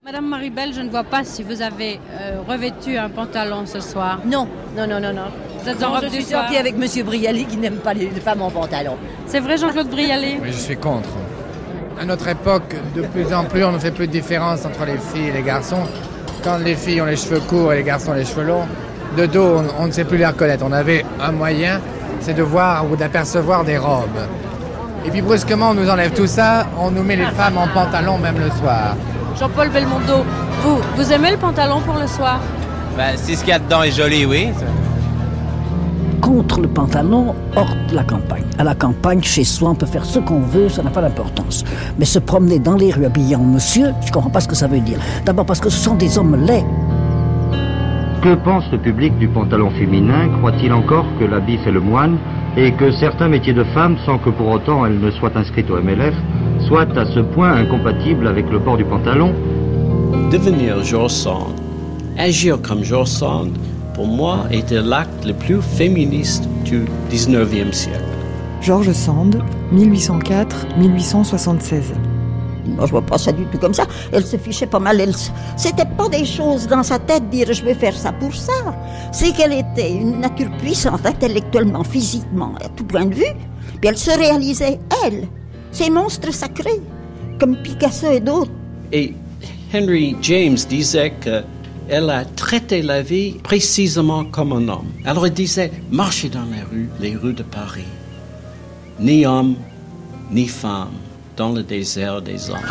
Madame Maribel, je ne vois pas si vous avez revêtu un pantalon ce soir. Non. Vous êtes en robe du soir. Je suis sortie avec Monsieur Brialy qui n'aime pas les femmes en pantalon. C'est vrai, Jean-Claude Brialy? Oui, je suis contre. À notre époque, de plus en plus, on ne fait plus de différence entre les filles et les garçons. Quand les filles ont les cheveux courts et les garçons les cheveux longs, de dos, on ne sait plus les reconnaître. On avait un moyen, c'est de voir ou d'apercevoir des robes. Et puis brusquement, on nous enlève tout ça, on nous met les femmes en pantalon même le soir. Jean-Paul Belmondo, vous aimez le pantalon pour le soir? Si ce qu'il y a dedans est joli, oui. Contre le pantalon hors de la campagne. À la campagne, chez soi, on peut faire ce qu'on veut, ça n'a pas d'importance. Mais se promener dans les rues habillé en monsieur, je ne comprends pas ce que ça veut dire. D'abord parce que ce sont des hommes laids. Que pense le public du pantalon féminin? Croit-il encore que l'habit fait le moine et que certains métiers de femmes, sans que pour autant elles ne soient inscrites au MLF, soient à ce point incompatibles avec le port du pantalon? Devenir George Sand, agir comme George Sand, pour moi, était l'acte le plus féministe du 19e siècle. George Sand, 1804-1876. Moi, je vois pas ça du tout comme ça. Elle se fichait pas mal. C'était pas des choses dans sa tête dire je vais faire ça pour ça. C'est qu'elle était une nature puissante, intellectuellement, physiquement, à tout point de vue. Puis elle se réalisait, elle, ces monstres sacrés, comme Picasso et d'autres. Et Henry James disait qu'elle a traité la vie précisément comme un homme. Alors il disait, marchez dans les rues de Paris. Ni homme, ni femme. Dans le désert des hommes.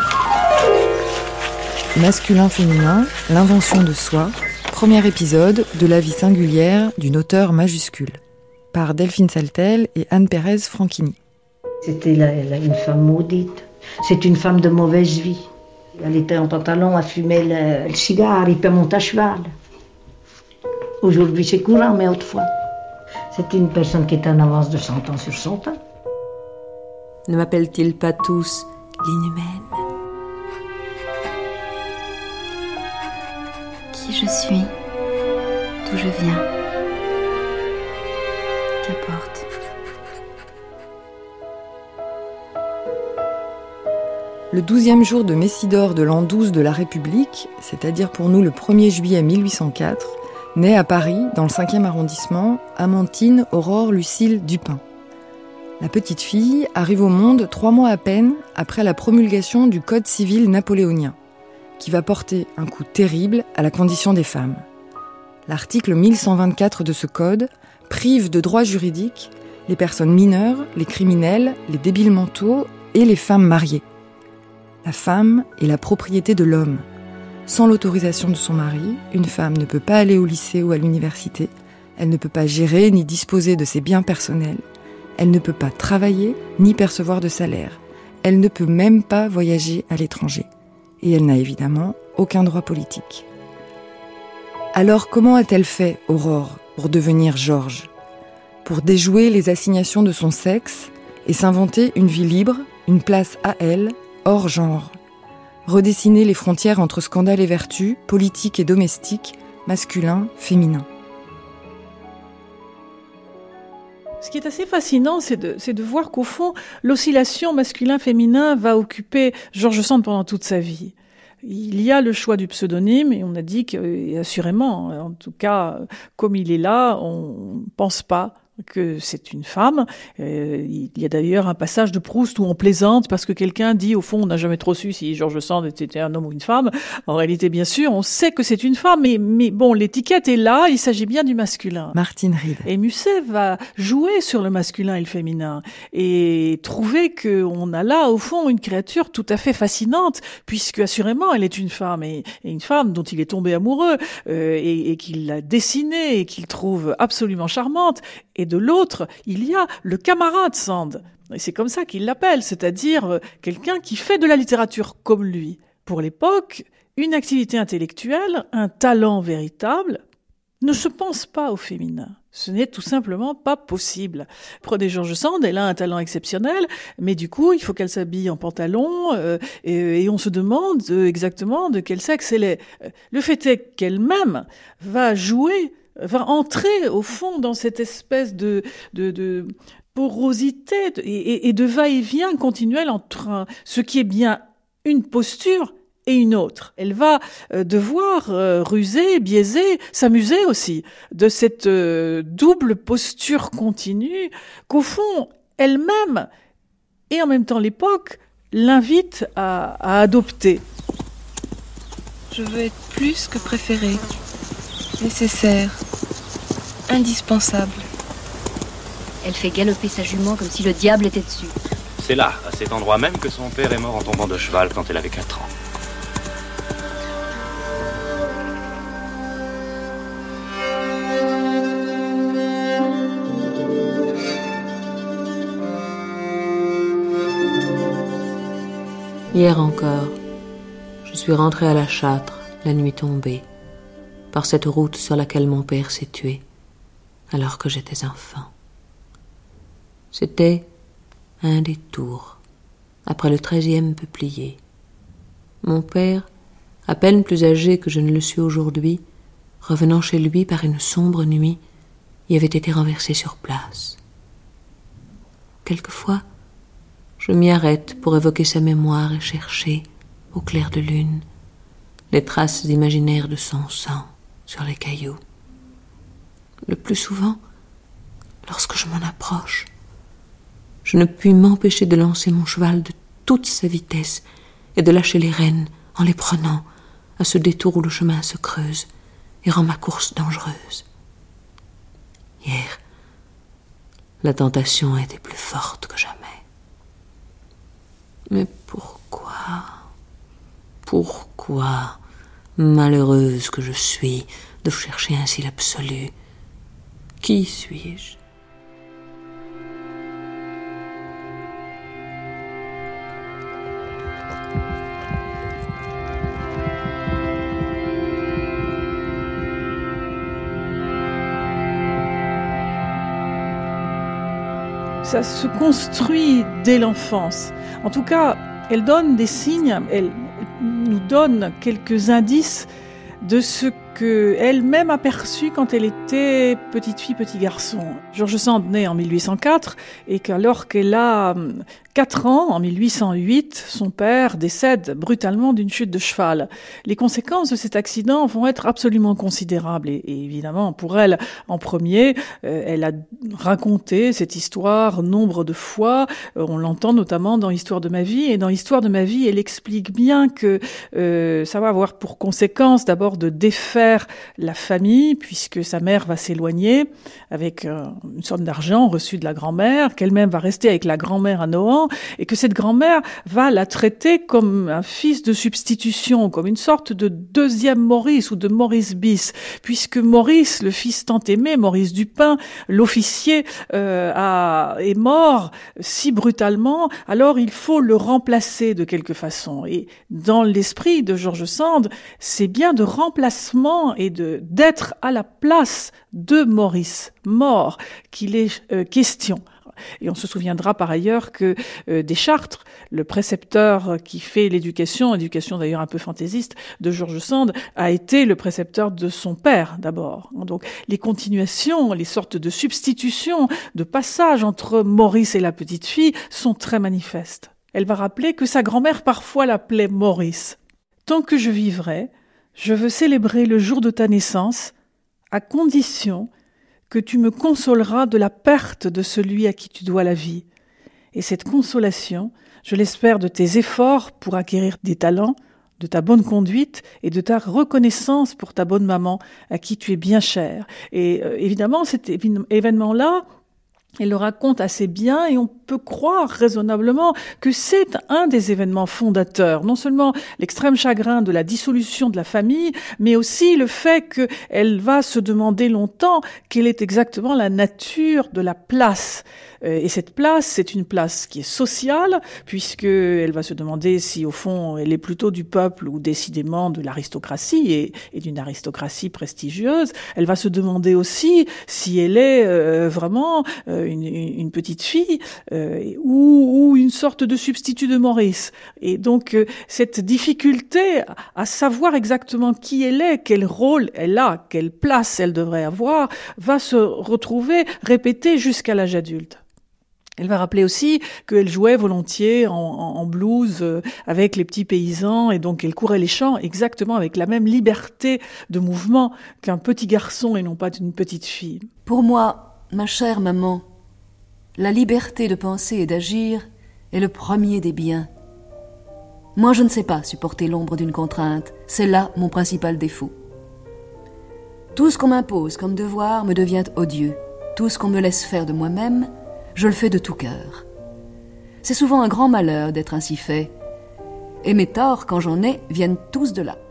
Masculin-féminin, l'invention de soi, premier épisode de la vie singulière d'une auteure majuscule, par Delphine Saltel et Anne Pérez Franchini. C'était une femme maudite, c'est une femme de mauvaise vie. Elle était en pantalon, elle fumait le cigare, il peut monter à cheval. Aujourd'hui c'est courant, mais autrefois. C'était une personne qui était en avance de 100 ans sur son temps. Ne m'appellent-ils pas tous l'inhumaine? Qui je suis, d'où je viens, qu'importe. Le 12e jour de Messidor de l'an 12 de la République, c'est-à-dire pour nous le 1er juillet 1804, naît à Paris, dans le 5e arrondissement, Amantine Aurore Lucille Dupin. La petite fille arrive au monde 3 mois à peine après la promulgation du Code civil napoléonien, qui va porter un coup terrible à la condition des femmes. L'article 1124 de ce code prive de droits juridiques les personnes mineures, les criminels, les débiles mentaux et les femmes mariées. La femme est la propriété de l'homme. Sans l'autorisation de son mari, une femme ne peut pas aller au lycée ou à l'université, elle ne peut pas gérer ni disposer de ses biens personnels. Elle ne peut pas travailler ni percevoir de salaire. Elle ne peut même pas voyager à l'étranger. Et elle n'a évidemment aucun droit politique. Alors comment a-t-elle fait, Aurore, pour devenir Georges? Pour déjouer les assignations de son sexe et s'inventer une vie libre, une place à elle, hors genre. Redessiner les frontières entre scandale et vertu, politique et domestique, masculin, féminin. Ce qui est assez fascinant, c'est de voir qu'au fond, l'oscillation masculin-féminin va occuper George Sand pendant toute sa vie. Il y a le choix du pseudonyme et on a dit qu'assurément, en tout cas, comme il est là, on ne pense pas que c'est une femme. Il y a d'ailleurs un passage de Proust où on plaisante parce que quelqu'un dit, au fond, on n'a jamais trop su si George Sand était un homme ou une femme. En réalité, bien sûr, on sait que c'est une femme, mais bon, l'étiquette est là, il s'agit bien du masculin. Martine Ried. Et Musset va jouer sur le masculin et le féminin et trouver qu'on a là, au fond, une créature tout à fait fascinante, puisque assurément, elle est une femme, et une femme dont il est tombé amoureux, et qu'il a dessinée et qu'il trouve absolument charmante. Et de l'autre, il y a le camarade Sand. Et c'est comme ça qu'il l'appelle, c'est-à-dire quelqu'un qui fait de la littérature comme lui. Pour l'époque, une activité intellectuelle, un talent véritable, ne se pense pas au féminin. Ce n'est tout simplement pas possible. Prenez George Sand, elle a un talent exceptionnel, mais du coup, il faut qu'elle s'habille en pantalon, et on se demande exactement de quel sexe elle est. Le fait est qu'elle-même va entrer au fond dans cette espèce de porosité et de va-et-vient continuel entre ce qui est bien une posture et une autre. Elle va devoir ruser, biaiser, s'amuser aussi de cette double posture continue qu'au fond, elle-même et en même temps l'époque l'invite à adopter. Je veux être plus que préférée, nécessaire, indispensable. Elle fait galoper sa jument comme si le diable était dessus. C'est là, à cet endroit même, que son père est mort en tombant de cheval quand elle avait 4 ans. Hier encore, je suis rentrée à la Châtre, la nuit tombée, par cette route sur laquelle mon père s'est tué, alors que j'étais enfant. C'était un détour, après le 13e peuplier. Mon père, à peine plus âgé que je ne le suis aujourd'hui, revenant chez lui par une sombre nuit, y avait été renversé sur place. Quelquefois, je m'y arrête pour évoquer sa mémoire et chercher, au clair de lune, les traces imaginaires de son sang sur les cailloux. Le plus souvent, lorsque je m'en approche, je ne puis m'empêcher de lancer mon cheval de toute sa vitesse et de lâcher les rênes en les prenant à ce détour où le chemin se creuse et rend ma course dangereuse. Hier, la tentation était plus forte que jamais. Mais pourquoi, malheureuse que je suis, de chercher ainsi l'absolu? Qui suis-je? Ça se construit dès l'enfance. En tout cas, elle donne des signes, elle nous donne quelques indices de ce qu'elle-même a perçu quand elle était petite fille, petit garçon. George Sand naît en 1804 et qu'alors qu'elle a 4 ans, en 1808, son père décède brutalement d'une chute de cheval. Les conséquences de cet accident vont être absolument considérables et évidemment pour elle en premier, elle a raconté cette histoire nombre de fois. On l'entend notamment dans Histoire de ma vie et dans Histoire de ma vie, elle explique bien que ça va avoir pour conséquence d'abord de défaire la famille puisque sa mère va s'éloigner avec une sorte d'argent reçu de la grand-mère, qu'elle-même va rester avec la grand-mère à Nohant et que cette grand-mère va la traiter comme un fils de substitution, comme une sorte de deuxième Maurice ou de Maurice bis, puisque Maurice, le fils tant aimé, Maurice Dupin, l'officier, est mort si brutalement, alors il faut le remplacer de quelque façon. Et dans l'esprit de George Sand, c'est bien de remplacement et d'être à la place de Maurice, mort, qu'il est question. Et on se souviendra par ailleurs que Deschartres, le précepteur qui fait l'éducation d'ailleurs un peu fantaisiste de George Sand, a été le précepteur de son père d'abord. Donc les continuations, les sortes de substitutions, de passages entre Maurice et la petite fille sont très manifestes. Elle va rappeler que sa grand-mère parfois l'appelait Maurice. Tant que je vivrai, je veux célébrer le jour de ta naissance à condition que tu me consoleras de la perte de celui à qui tu dois la vie. Et cette consolation, je l'espère de tes efforts pour acquérir des talents, de ta bonne conduite et de ta reconnaissance pour ta bonne maman à qui tu es bien chère. Et évidemment, cet événement-là, elle le raconte assez bien et on peut croire raisonnablement que c'est un des événements fondateurs. Non seulement l'extrême chagrin de la dissolution de la famille, mais aussi le fait qu'elle va se demander longtemps quelle est exactement la nature de la place. Et cette place, c'est une place qui est sociale, puisqu'elle va se demander si, au fond, elle est plutôt du peuple ou décidément de l'aristocratie et d'une aristocratie prestigieuse. Elle va se demander aussi si elle est vraiment une petite fille ou une sorte de substitut de Maurice. Et donc, cette difficulté à savoir exactement qui elle est, quel rôle elle a, quelle place elle devrait avoir, va se retrouver répétée jusqu'à l'âge adulte. Elle va rappeler aussi qu'elle jouait volontiers en blues avec les petits paysans et donc elle courait les champs exactement avec la même liberté de mouvement qu'un petit garçon et non pas une petite fille. Pour moi, ma chère maman, la liberté de penser et d'agir est le premier des biens. Moi, je ne sais pas supporter l'ombre d'une contrainte. C'est là mon principal défaut. Tout ce qu'on m'impose comme devoir me devient odieux. Tout ce qu'on me laisse faire de moi-même, je le fais de tout cœur. C'est souvent un grand malheur d'être ainsi fait. Et mes torts, quand j'en ai, viennent tous de là.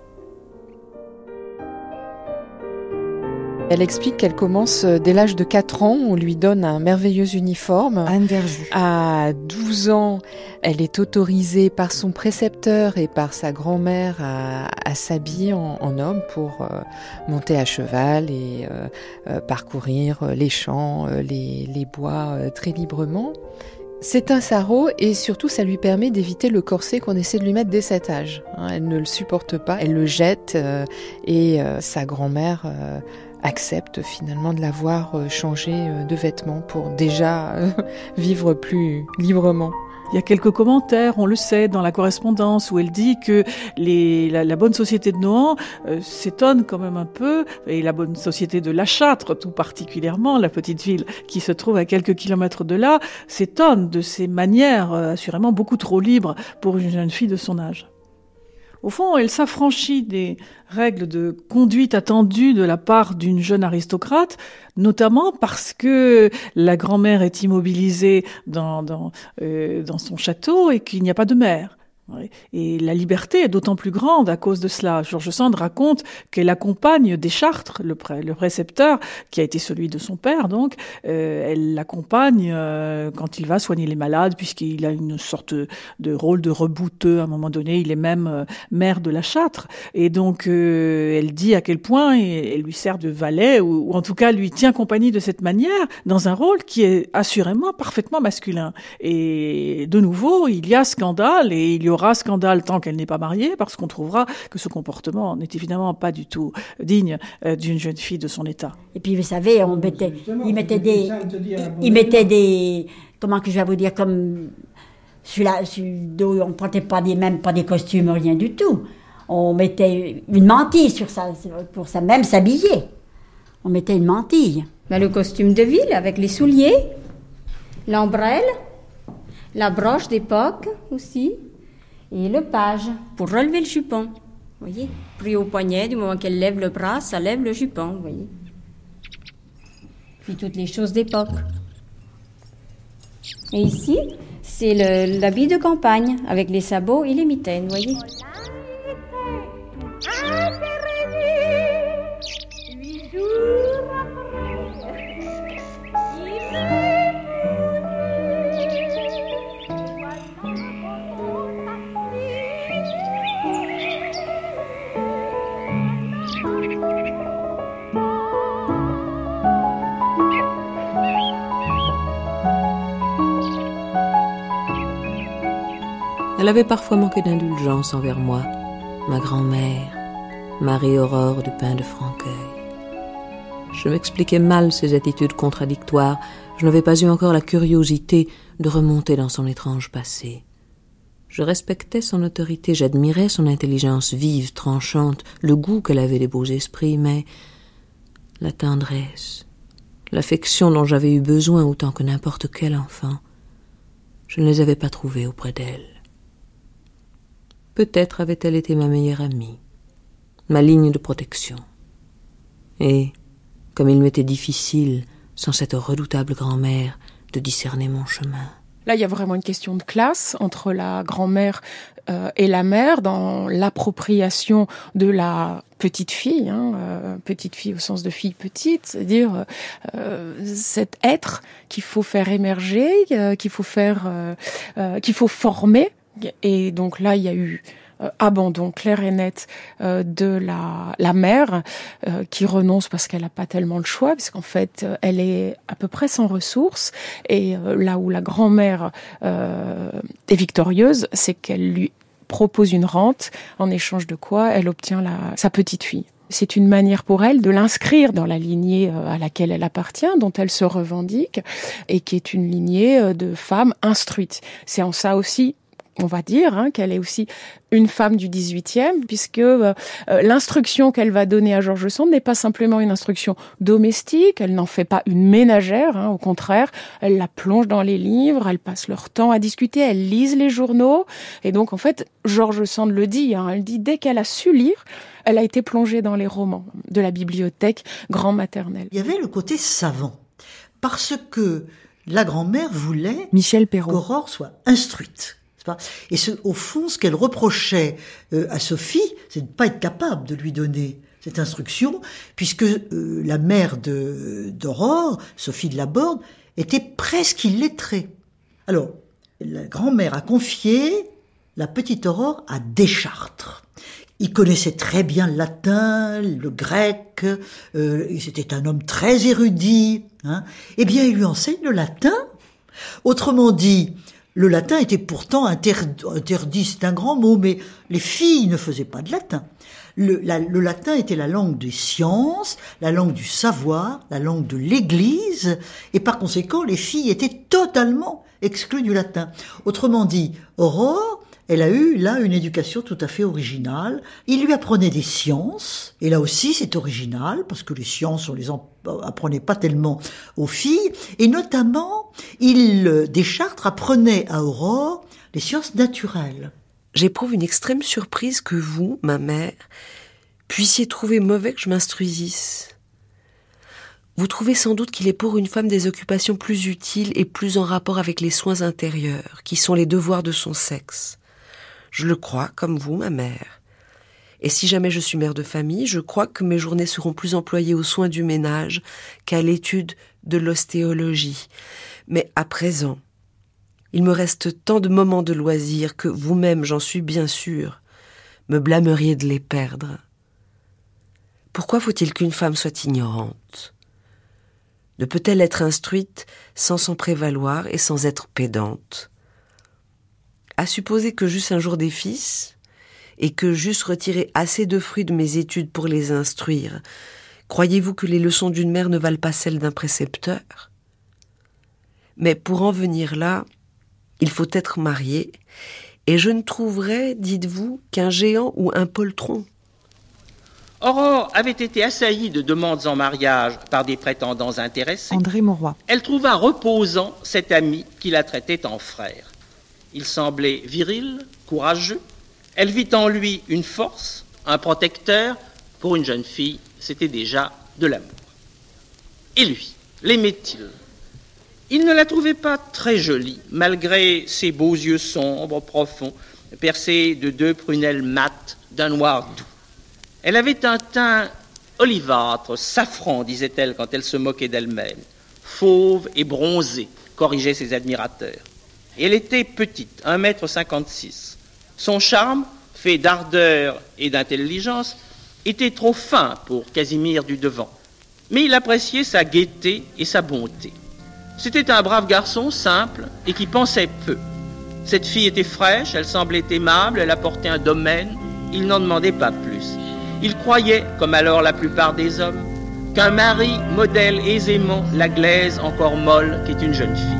Elle explique qu'elle commence dès l'âge de 4 ans, on lui donne un merveilleux uniforme. Anne Verjus. À 12 ans, elle est autorisée par son précepteur et par sa grand-mère à s'habiller en homme pour monter à cheval et parcourir les champs, les bois très librement. C'est un sarrau et surtout ça lui permet d'éviter le corset qu'on essaie de lui mettre dès cet âge. Elle ne le supporte pas, elle le jette et sa grand-mère accepte finalement de la voir changer de vêtements pour déjà vivre plus librement. Il y a quelques commentaires, on le sait, dans la correspondance où elle dit que la bonne société de Nohant s'étonne quand même un peu, et la bonne société de La Châtre tout particulièrement, la petite ville qui se trouve à quelques kilomètres de là, s'étonne de ses manières assurément beaucoup trop libres pour une jeune fille de son âge. Au fond, elle s'affranchit des règles de conduite attendues de la part d'une jeune aristocrate, notamment parce que la grand-mère est immobilisée dans son château et qu'il n'y a pas de mère. Et la liberté est d'autant plus grande à cause de cela. George Sand raconte qu'elle accompagne Deschartres, le précepteur, qui a été celui de son père, donc, elle l'accompagne quand il va soigner les malades, puisqu'il a une sorte de rôle de rebouteux à un moment donné. Il est même maire de La Châtre. Et donc, elle dit à quel point elle lui sert de valet, ou en tout cas lui tient compagnie de cette manière, dans un rôle qui est assurément parfaitement masculin. Et de nouveau, il y a scandale, et il y aura scandale tant qu'elle n'est pas mariée, parce qu'on trouvera que ce comportement n'est évidemment pas du tout digne d'une jeune fille de son état. Et puis vous savez, il mettait des, comment que je vais vous dire, comme sur le dos, on ne portait pas des costumes, rien du tout. On mettait une mantille sur ça, pour ça même s'habiller. On mettait une mantille. Le costume de ville avec les souliers, l'ombrelle, la broche d'époque aussi. Et le page, pour relever le jupon, vous voyez, pris au poignet, du moment qu'elle lève le bras, ça lève le jupon, vous voyez. Puis toutes les choses d'époque. Et ici, c'est l'habit de campagne, avec les sabots et les mitaines, vous voyez. Elle avait parfois manqué d'indulgence envers moi, ma grand-mère, Marie-Aurore du Pin de Franqueuil. Je m'expliquais mal ses attitudes contradictoires. Je n'avais pas eu encore la curiosité de remonter dans son étrange passé. Je respectais son autorité, j'admirais son intelligence vive, tranchante, le goût qu'elle avait des beaux esprits, mais la tendresse, l'affection dont j'avais eu besoin autant que n'importe quel enfant, je ne les avais pas trouvées auprès d'elle. Peut-être avait-elle été ma meilleure amie, ma ligne de protection. Et, comme il m'était difficile, sans cette redoutable grand-mère, de discerner mon chemin. Là, il y a vraiment une question de classe entre la grand-mère et la mère dans l'appropriation de la petite fille, petite fille au sens de fille petite, c'est-à-dire cet être qu'il faut faire émerger, qu'il faut former. Et donc là, il y a eu abandon clair et net de la mère qui renonce parce qu'elle n'a pas tellement le choix, parce qu'en fait, elle est à peu près sans ressources. Et là où la grand-mère est victorieuse, c'est qu'elle lui propose une rente, en échange de quoi elle obtient sa petite fille. C'est une manière pour elle de l'inscrire dans la lignée à laquelle elle appartient, dont elle se revendique, et qui est une lignée de femmes instruites. C'est en ça aussi, on va dire, qu'elle est aussi une femme du XVIIIe, puisque l'instruction qu'elle va donner à George Sand n'est pas simplement une instruction domestique, elle n'en fait pas une ménagère, au contraire, elle la plonge dans les livres, elle passe leur temps à discuter, elle lise les journaux, et donc en fait, George Sand le dit, elle dit dès qu'elle a su lire, elle a été plongée dans les romans de la bibliothèque grand-maternelle. Il y avait le côté savant, parce que la grand-mère voulait Michel Perrault qu'Aurore soit instruite. Et au fond, ce qu'elle reprochait à Sophie, c'est de ne pas être capable de lui donner cette instruction, puisque la mère d'Aurore, Sophie de Laborde, était presque illettrée. Alors, la grand-mère a confié la petite Aurore à Deschartres. Il connaissait très bien le latin, le grec, c'était un homme très érudit. Eh bien, il lui enseigne le latin. Autrement dit, le latin était pourtant interdit, c'est un grand mot, mais les filles ne faisaient pas de latin. Le latin était la langue des sciences, la langue du savoir, la langue de l'Église, et par conséquent, les filles étaient totalement exclues du latin. Autrement dit, Aurore, elle a eu là une éducation tout à fait originale. Il lui apprenait des sciences, et là aussi c'est original, parce que les sciences on les apprenait pas tellement aux filles, et notamment Deschartres apprenait à Aurore les sciences naturelles. J'éprouve une extrême surprise que vous, ma mère, puissiez trouver mauvais que je m'instruisisse. Vous trouvez sans doute qu'il est pour une femme des occupations plus utiles et plus en rapport avec les soins intérieurs, qui sont les devoirs de son sexe. Je le crois, comme vous, ma mère. Et si jamais je suis mère de famille, je crois que mes journées seront plus employées aux soins du ménage qu'à l'étude de l'ostéologie. Mais à présent, il me reste tant de moments de loisirs que vous-même, j'en suis bien sûre, me blâmeriez de les perdre. Pourquoi faut-il qu'une femme soit ignorante ? Ne peut-elle être instruite sans s'en prévaloir et sans être pédante ? À supposer que j'eusse un jour des fils, et que j'eusse retiré assez de fruits de mes études pour les instruire, croyez-vous que les leçons d'une mère ne valent pas celles d'un précepteur ? Mais pour en venir là, il faut être marié, et je ne trouverais, dites-vous, qu'un géant ou un poltron. Aurore avait été assaillie de demandes en mariage par des prétendants intéressés. André Mauroy. Elle trouva reposant cet ami qui la traitait en frère. Il semblait viril, courageux. Elle vit en lui une force, un protecteur. Pour une jeune fille, c'était déjà de l'amour. Et lui, l'aimait-il ? Il ne la trouvait pas très jolie, malgré ses beaux yeux sombres, profonds, percés de 2 prunelles mates d'un noir doux. Elle avait un teint olivâtre, safran, disait-elle quand elle se moquait d'elle-même. Fauve et bronzé, corrigeaient ses admirateurs. Et elle était petite, 1,56 m. Son charme, fait d'ardeur et d'intelligence, était trop fin pour Casimir du Devant. Mais il appréciait sa gaieté et sa bonté. C'était un brave garçon, simple, et qui pensait peu. Cette fille était fraîche, elle semblait aimable, elle apportait un domaine, il n'en demandait pas plus. Il croyait, comme alors la plupart des hommes, qu'un mari modèle aisément la glaise encore molle qu'est une jeune fille.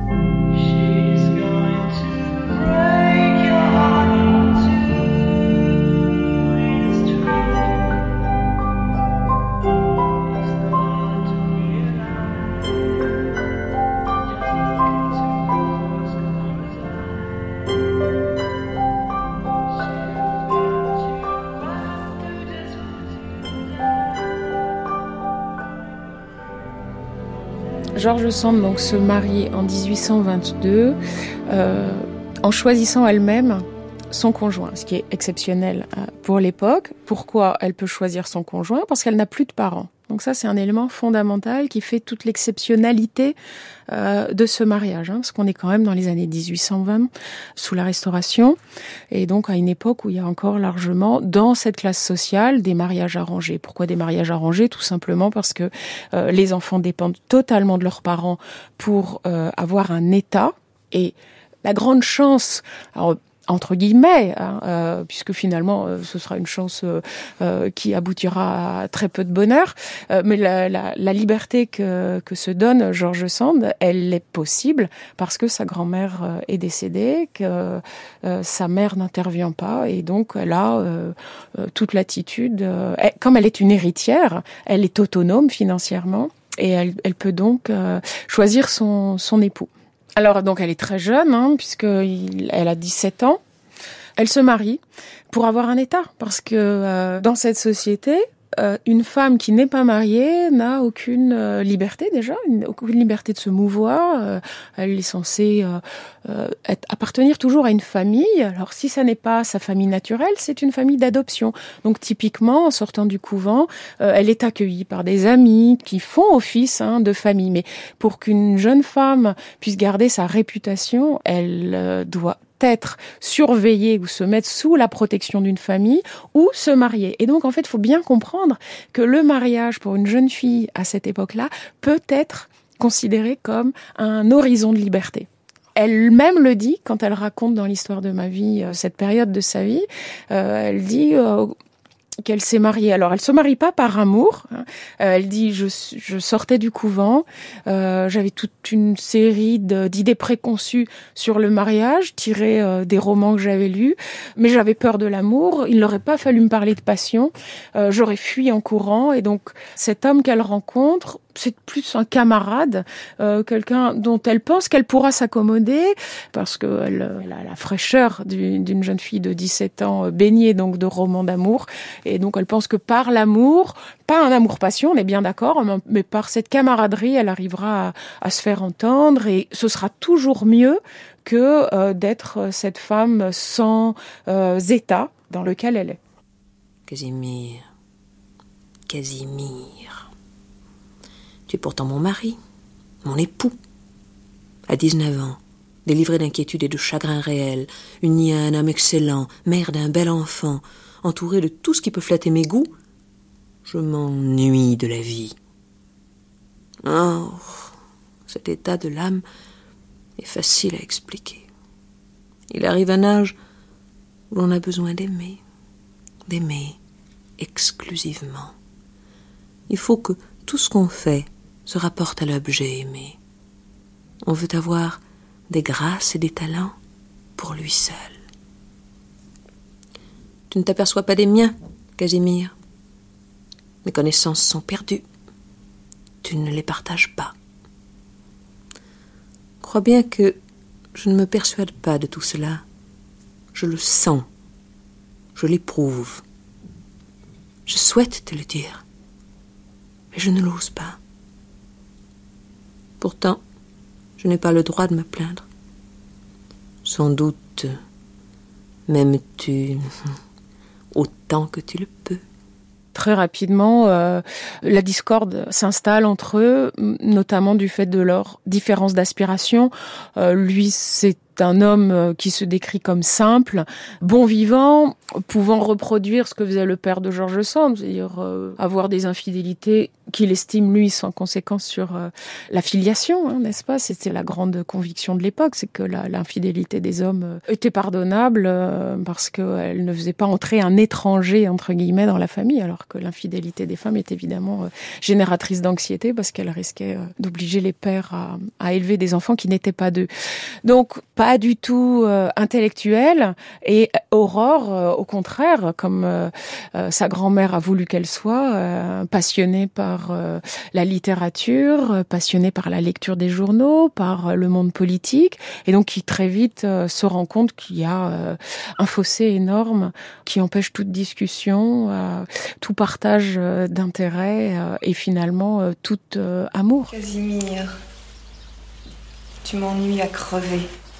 George Sand donc se marie en 1822 en choisissant elle-même son conjoint, ce qui est exceptionnel pour l'époque. Pourquoi elle peut choisir son conjoint ? Parce qu'elle n'a plus de parents. Donc ça, c'est un élément fondamental qui fait toute l'exceptionnalité de ce mariage, parce qu'on est quand même dans les années 1820, sous la Restauration, et donc à une époque où il y a encore largement, dans cette classe sociale, des mariages arrangés. Pourquoi des mariages arrangés ? Tout simplement parce que les enfants dépendent totalement de leurs parents pour avoir un état, et la grande chance... Alors, entre guillemets, puisque finalement ce sera une chance qui aboutira à très peu de bonheur, mais la liberté que se donne George Sand, elle est possible parce que sa grand-mère est décédée, que sa mère n'intervient pas, et donc elle a toute l'attitude. Comme elle est une héritière, elle est autonome financièrement, et elle peut donc choisir son époux. Alors, donc, elle est très jeune, puisqu'elle a 17 ans. Elle se marie pour avoir un état, parce que dans cette société, une femme qui n'est pas mariée n'a aucune liberté déjà, aucune liberté de se mouvoir. Elle est censée appartenir toujours à une famille. Alors si ça n'est pas sa famille naturelle, c'est une famille d'adoption. Donc typiquement, en sortant du couvent, elle est accueillie par des amis qui font office de famille. Mais pour qu'une jeune femme puisse garder sa réputation, elle doit être surveillée ou se mettre sous la protection d'une famille ou se marier. Et donc, en fait, il faut bien comprendre que le mariage pour une jeune fille à cette époque-là peut être considéré comme un horizon de liberté. Elle-même le dit quand elle raconte dans l'histoire de ma vie cette période de sa vie. Elle dit qu'elle s'est mariée. Alors, elle se marie pas par amour. Elle dit, je sortais du couvent, j'avais toute une série d'idées préconçues sur le mariage, tirées des romans que j'avais lus, mais j'avais peur de l'amour. Il n'aurait pas fallu me parler de passion. J'aurais fui en courant. Et donc, cet homme qu'elle rencontre, c'est plus un camarade, quelqu'un dont elle pense qu'elle pourra s'accommoder, parce qu'elle a la fraîcheur d'une jeune fille de 17 ans, baignée donc de romans d'amour, et donc elle pense que par l'amour, pas un amour-passion, on est bien d'accord, mais par cette camaraderie, elle arrivera à se faire entendre, et ce sera toujours mieux que d'être cette femme sans état dans lequel elle est. Casimir. Tu es pourtant mon mari, mon époux. À 19 ans, délivré d'inquiétude et de chagrin réel, uni à un homme excellent, mère d'un bel enfant, entouré de tout ce qui peut flatter mes goûts, je m'ennuie de la vie. Oh, cet état de l'âme est facile à expliquer. Il arrive un âge où l'on a besoin d'aimer exclusivement. Il faut que tout ce qu'on fait se rapporte à l'objet aimé. On veut avoir des grâces et des talents pour lui seul. Tu ne t'aperçois pas des miens, Casimir. Mes connaissances sont perdues. Tu ne les partages pas. Crois bien que je ne me persuade pas de tout cela. Je le sens. Je l'éprouve. Je souhaite te le dire. Mais je ne l'ose pas. Pourtant, je n'ai pas le droit de me plaindre. Sans doute m'aimes-tu autant que tu le peux. Très rapidement, la discorde s'installe entre eux, notamment du fait de leur différence d'aspiration. Lui, c'est un homme qui se décrit comme simple, bon vivant, pouvant reproduire ce que faisait le père de George Sand, c'est-à-dire avoir des infidélités qu'il estime, lui, sans conséquence sur la filiation, n'est-ce pas ? C'était la grande conviction de l'époque, c'est que l'infidélité des hommes était pardonnable parce qu'elle ne faisait pas entrer un étranger, entre guillemets, dans la famille, alors que l'infidélité des femmes est évidemment génératrice d'anxiété parce qu'elle risquait d'obliger les pères à élever des enfants qui n'étaient pas d'eux. Donc, pas du tout intellectuelle, et Aurore, au contraire, comme sa grand-mère a voulu qu'elle soit, passionnée par la littérature, passionnée par la lecture des journaux, par le monde politique, et donc qui très vite se rend compte qu'il y a un fossé énorme qui empêche toute discussion, tout partage d'intérêts et finalement tout amour. Casimir, tu m'ennuies à crever.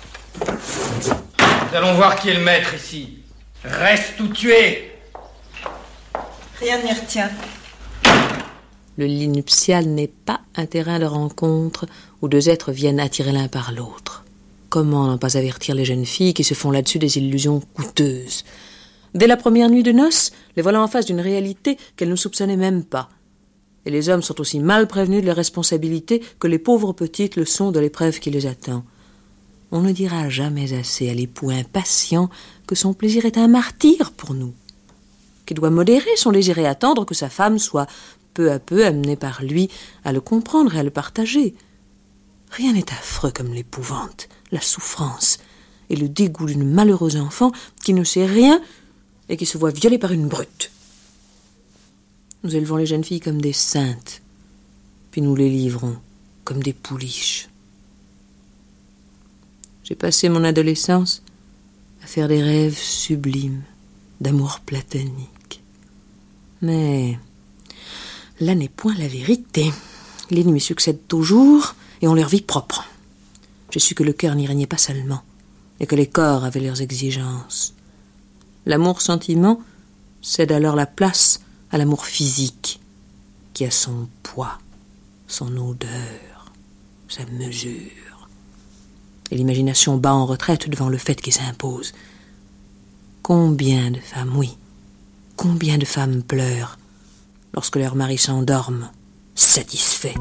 Nous allons voir qui est le maître ici. Reste ou tu es. Rien n'y retient. Le lit nuptial n'est pas un terrain de rencontre où deux êtres viennent attirer l'un par l'autre. Comment n'en pas avertir les jeunes filles qui se font là-dessus des illusions coûteuses ? Dès la première nuit de noces, les voilà en face d'une réalité qu'elles ne soupçonnaient même pas. Et les hommes sont aussi mal prévenus de leurs responsabilités que les pauvres petites le sont de l'épreuve qui les attend. On ne dira jamais assez à l'époux impatient que son plaisir est un martyre pour nous, qu'il doit modérer son désir et attendre que sa femme soit peu à peu amenée par lui à le comprendre et à le partager. Rien n'est affreux comme l'épouvante, la souffrance et le dégoût d'une malheureuse enfant qui ne sait rien et qui se voit violée par une brute. Nous élevons les jeunes filles comme des saintes, puis nous les livrons comme des pouliches. J'ai passé mon adolescence à faire des rêves sublimes d'amour platonique. Mais là n'est point la vérité. Les nuits succèdent au jour et ont leur vie propre. J'ai su que le cœur n'y régnait pas seulement, et que les corps avaient leurs exigences. L'amour-sentiment cède alors la place à l'amour physique, qui a son poids, son odeur, sa mesure. Et l'imagination bat en retraite devant le fait qui s'impose. Combien de femmes, oui, combien de femmes pleurent lorsque leurs maris s'endorment, satisfaits.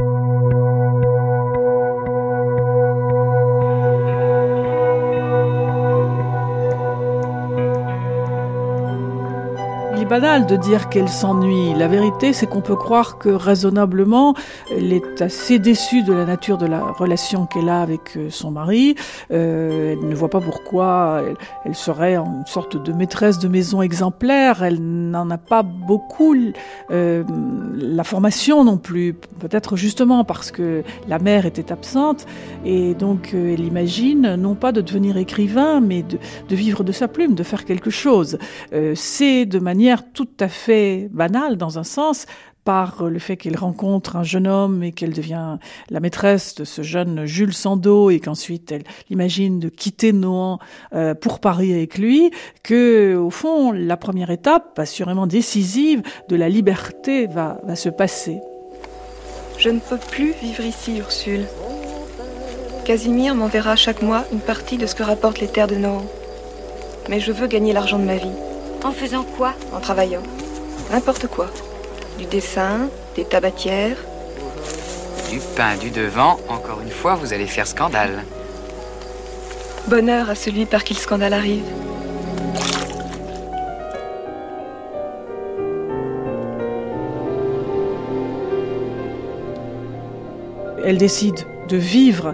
Il est banal de dire qu'elle s'ennuie. La vérité, c'est qu'on peut croire que raisonnablement, elle est assez déçue de la nature de la relation qu'elle a avec son mari. Elle ne voit pas pourquoi elle serait une sorte de maîtresse de maison exemplaire. Elle n'en a pas beaucoup la formation non plus. Peut-être justement parce que la mère était absente. Et donc, elle imagine non pas de devenir écrivain, mais de vivre de sa plume, de faire quelque chose. C'est de manière tout à fait banale dans un sens, par le fait qu'elle rencontre un jeune homme et qu'elle devient la maîtresse de ce jeune Jules Sandeau et qu'ensuite elle imagine de quitter Nohant pour Paris avec lui, que au fond la première étape, assurément décisive, de la liberté va se passer. Je ne peux plus vivre ici, Ursule. Casimir m'enverra chaque mois une partie de ce que rapportent les terres de Nohant. Mais je veux gagner l'argent de ma vie. En faisant quoi? En travaillant. N'importe quoi. Du dessin, des tabatières. Du pain, du devant, encore une fois, vous allez faire scandale. Bonheur à celui par qui le scandale arrive. Elle décide de vivre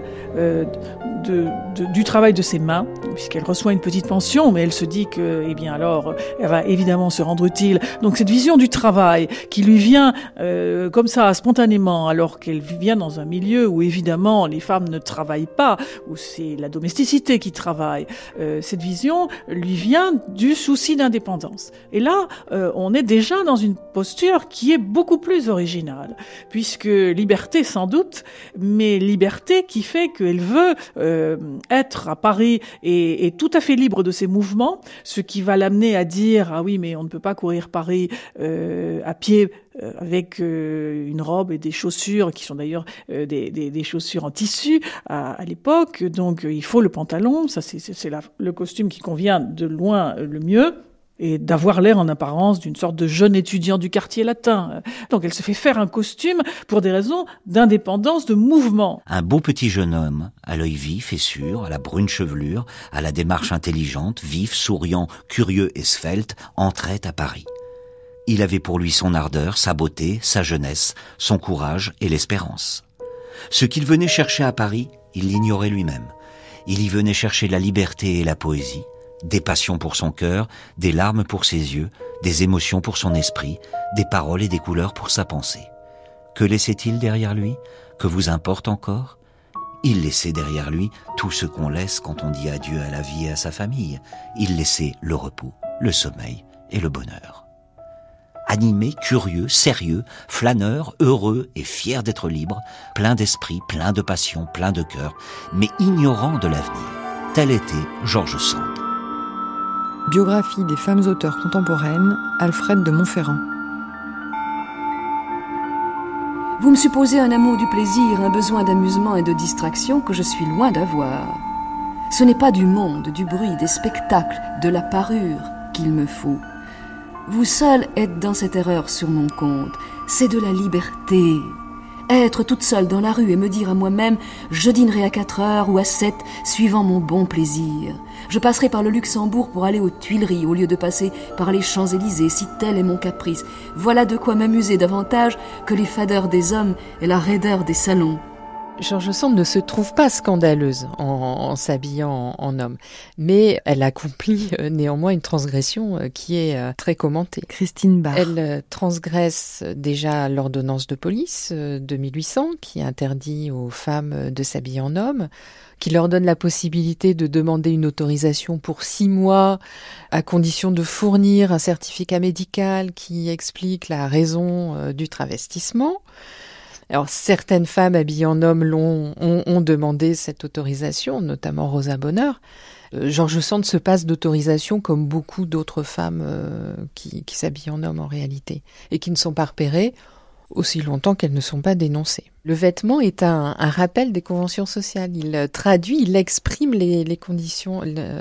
du travail de ses mains, puisqu'elle reçoit une petite pension, mais elle se dit que, eh bien alors, elle va évidemment se rendre utile. Donc cette vision du travail qui lui vient comme ça, spontanément, alors qu'elle vient dans un milieu où évidemment les femmes ne travaillent pas, où c'est la domesticité qui travaille, cette vision lui vient du souci d'indépendance. Et là, on est déjà dans une posture qui est beaucoup plus originale, puisque liberté sans doute, mais liberté qui fait qu'elle veut être à Paris et tout à fait libre de ses mouvements, ce qui va l'amener à dire « Ah oui, mais on ne peut pas courir Paris à pied avec une robe et des chaussures qui sont d'ailleurs des chaussures en tissu à l'époque, donc il faut le pantalon, ça c'est le costume qui convient de loin le mieux. » Et d'avoir l'air en apparence d'une sorte de jeune étudiant du quartier latin. Donc elle se fait faire un costume pour des raisons d'indépendance, de mouvement. Un beau petit jeune homme, à l'œil vif et sûr, à la brune chevelure, à la démarche intelligente, vif, souriant, curieux et svelte, entrait à Paris. Il avait pour lui son ardeur, sa beauté, sa jeunesse, son courage et l'espérance. Ce qu'il venait chercher à Paris, il l'ignorait lui-même. Il y venait chercher la liberté et la poésie, des passions pour son cœur, des larmes pour ses yeux, des émotions pour son esprit, des paroles et des couleurs pour sa pensée. Que laissait-il derrière lui? Que vous importe encore? Il laissait derrière lui tout ce qu'on laisse quand on dit adieu à la vie et à sa famille. Il laissait le repos, le sommeil et le bonheur. Animé, curieux, sérieux, flâneur, heureux et fier d'être libre, plein d'esprit, plein de passion, plein de cœur, mais ignorant de l'avenir. Tel était George Sand. Biographie des femmes auteurs contemporaines, Alfred de Montferrand. Vous me supposez un amour du plaisir, un besoin d'amusement et de distraction que je suis loin d'avoir. Ce n'est pas du monde, du bruit, des spectacles, de la parure qu'il me faut. Vous seul êtes dans cette erreur sur mon compte. C'est de la liberté. Être toute seule dans la rue et me dire à moi-même « Je dînerai à 4 heures ou à 7, suivant mon bon plaisir. Je passerai par le Luxembourg pour aller aux Tuileries au lieu de passer par les Champs-Élysées, si tel est mon caprice. Voilà de quoi m'amuser davantage que les fadeurs des hommes et la raideur des salons. » George Sand ne se trouve pas scandaleuse en s'habillant en homme, mais elle accomplit néanmoins une transgression qui est très commentée. Christine Barr. Elle transgresse déjà l'ordonnance de police de 1800 qui interdit aux femmes de s'habiller en homme, qui leur donne la possibilité de demander une autorisation pour 6 mois à condition de fournir un certificat médical qui explique la raison du travestissement. Alors, certaines femmes habillées en homme ont demandé cette autorisation, notamment Rosa Bonheur. George Sand se passe d'autorisation comme beaucoup d'autres femmes qui s'habillent en homme en réalité, et qui ne sont pas repérées aussi longtemps qu'elles ne sont pas dénoncées. Le vêtement est un rappel des conventions sociales. Il exprime les conditions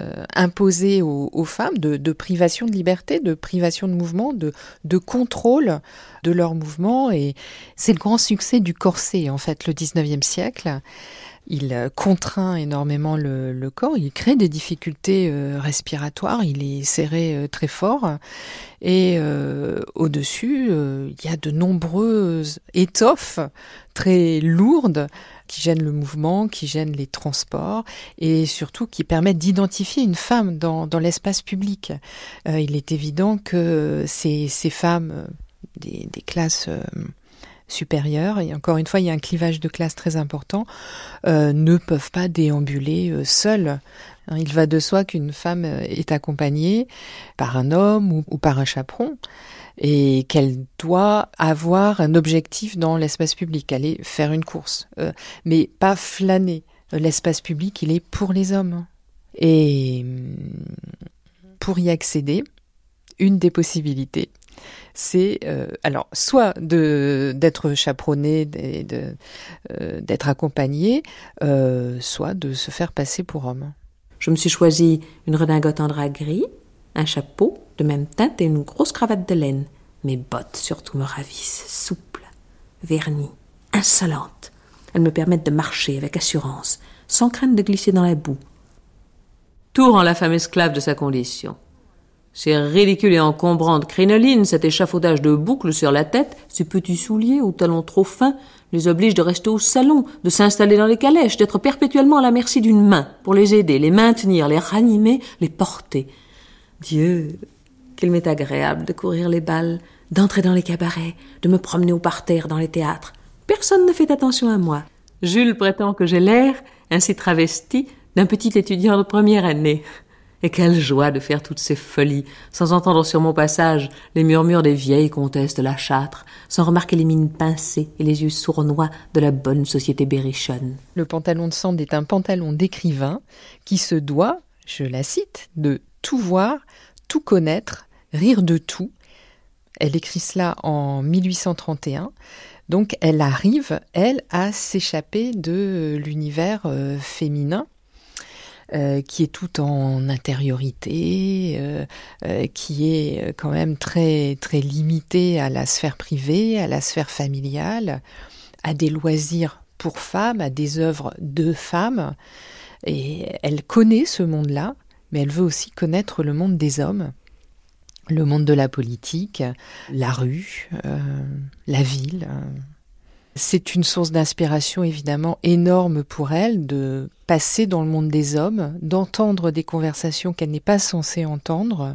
imposées aux femmes de privation de liberté, de privation de mouvement, de contrôle de leur mouvement. Et c'est le grand succès du corset, en fait, le 19e siècle. Il contraint énormément le corps, il crée des difficultés respiratoires, il est serré très fort. Et au-dessus, il y a de nombreuses étoffes très lourdes qui gênent le mouvement, qui gênent les transports et surtout qui permettent d'identifier une femme dans l'espace public. Il est évident que ces femmes des classes supérieures, et encore une fois, il y a un clivage de classe très important, ne peuvent pas déambuler seules. Il va de soi qu'une femme est accompagnée par un homme ou par un chaperon et qu'elle doit avoir un objectif dans l'espace public, aller faire une course, mais pas flâner. L'espace public, il est pour les hommes. Et pour y accéder, une des possibilités, c'est alors soit d'être chaperonné, d'être accompagné, soit de se faire passer pour homme. Je me suis choisi une redingote en drap gris, un chapeau de même teinte et une grosse cravate de laine. Mes bottes surtout me ravissent, souples, vernies, insolentes. Elles me permettent de marcher avec assurance, sans crainte de glisser dans la boue. Tout rend la femme esclave de sa condition. Ces ridicules et encombrantes crinolines, cet échafaudage de boucles sur la tête, ces petits souliers aux talons trop fins, les obligent de rester au salon, de s'installer dans les calèches, d'être perpétuellement à la merci d'une main pour les aider, les maintenir, les ranimer, les porter. Dieu, qu'il m'est agréable de courir les bals, d'entrer dans les cabarets, de me promener au parterre dans les théâtres. Personne ne fait attention à moi. Jules prétend que j'ai l'air, ainsi travesti, d'un petit étudiant de première année. Et quelle joie de faire toutes ces folies, sans entendre sur mon passage les murmures des vieilles comtesses de la Châtre, sans remarquer les mines pincées et les yeux sournois de la bonne société berrichonne. Le pantalon de Sand est un pantalon d'écrivain qui se doit, je la cite, de tout voir, tout connaître, rire de tout. Elle écrit cela en 1831. Donc elle arrive, elle, à s'échapper de l'univers féminin, qui est tout en intériorité, qui est quand même très, très limité à la sphère privée, à la sphère familiale, à des loisirs pour femmes, à des œuvres de femmes. Et elle connaît ce monde-là, mais elle veut aussi connaître le monde des hommes, le monde de la politique, la rue, la ville. C'est une source d'inspiration évidemment énorme pour elle de passer dans le monde des hommes, d'entendre des conversations qu'elle n'est pas censée entendre.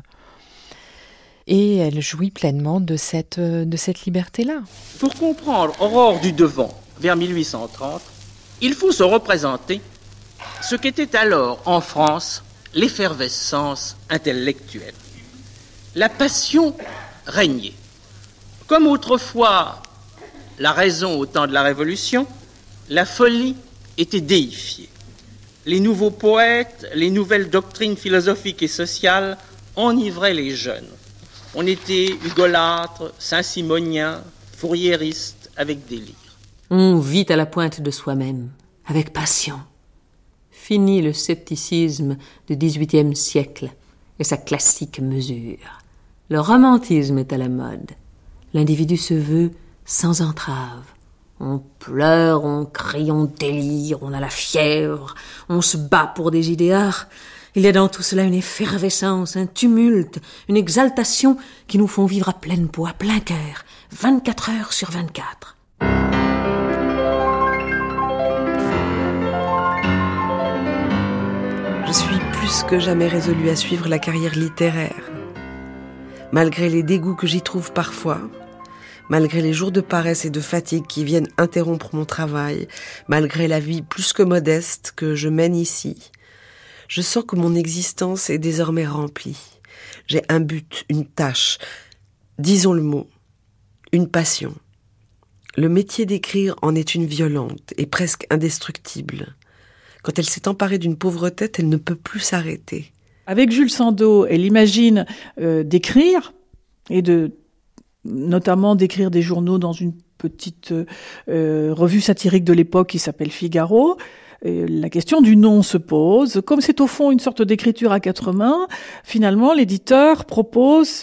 Et elle jouit pleinement de cette liberté-là. Pour comprendre Aurore du Devant, vers 1830, il faut se représenter ce qu'était alors en France l'effervescence intellectuelle. La passion régnait. Comme autrefois la raison au temps de la Révolution, la folie était déifiée. Les nouveaux poètes, les nouvelles doctrines philosophiques et sociales enivraient les jeunes. On était hugolâtres, saint-simoniens, fourriéristes, avec délire. On vit à la pointe de soi-même, avec passion. Fini le scepticisme du XVIIIe siècle et sa classique mesure. Le romantisme est à la mode. L'individu se veut sans entrave, On pleure, on crie, on délire, on a la fièvre, on se bat pour des idéaux. Il y a dans tout cela une effervescence, un tumulte, une exaltation qui nous font vivre à pleine peau, à plein cœur, 24 heures sur 24. Je suis plus que jamais résolue à suivre la carrière littéraire. Malgré les dégoûts que j'y trouve parfois, malgré les jours de paresse et de fatigue qui viennent interrompre mon travail, malgré la vie plus que modeste que je mène ici, je sens que mon existence est désormais remplie. J'ai un but, une tâche, disons le mot, une passion. Le métier d'écrire en est une violente et presque indestructible. Quand elle s'est emparée d'une pauvre tête, elle ne peut plus s'arrêter. Avec Jules Sandeau, elle imagine d'écrire et notamment d'écrire des journaux dans une petite revue satirique de l'époque qui s'appelle Figaro. La question du nom se pose. Comme c'est au fond une sorte d'écriture à quatre mains, finalement l'éditeur propose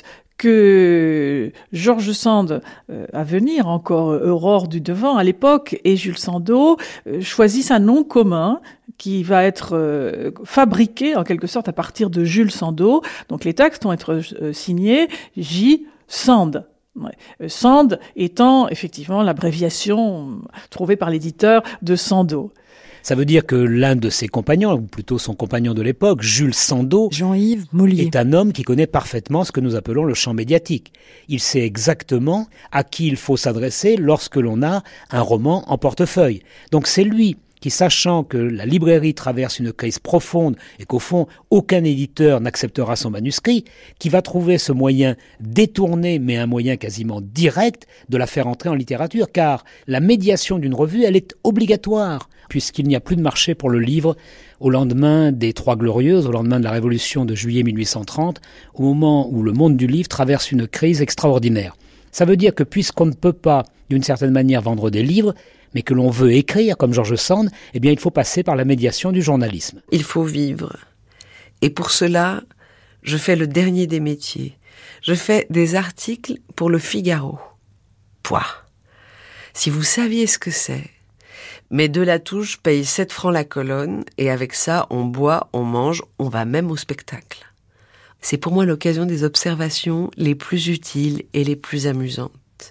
que George Sand, à venir encore Aurore du Devant à l'époque, et Jules Sandeau choisissent un nom commun qui va être fabriqué en quelque sorte à partir de Jules Sandeau. Donc les textes vont être signés J. Sand. Ouais. Sand étant effectivement l'abréviation trouvée par l'éditeur de Sandeau. Ça veut dire que l'un de ses compagnons, ou plutôt son compagnon de l'époque, Jules Sandeau, Jean-Yves Mollier, est un homme qui connaît parfaitement ce que nous appelons le champ médiatique. Il sait exactement à qui il faut s'adresser lorsque l'on a un roman en portefeuille. Donc c'est lui qui, sachant que la librairie traverse une crise profonde et qu'au fond, aucun éditeur n'acceptera son manuscrit, qui va trouver ce moyen détourné, mais un moyen quasiment direct, de la faire entrer en littérature. Car la médiation d'une revue, elle est obligatoire, puisqu'il n'y a plus de marché pour le livre au lendemain des Trois Glorieuses, au lendemain de la Révolution de juillet 1830, au moment où le monde du livre traverse une crise extraordinaire. Ça veut dire que puisqu'on ne peut pas, d'une certaine manière, vendre des livres, mais que l'on veut écrire, comme George Sand, eh bien il faut passer par la médiation du journalisme. Il faut vivre. Et pour cela, je fais le dernier des métiers. Je fais des articles pour le Figaro. Pouah. Si vous saviez ce que c'est. Mais De La Touche paye 7 francs la colonne, et avec ça, on boit, on mange, on va même au spectacle. C'est pour moi l'occasion des observations les plus utiles et les plus amusantes.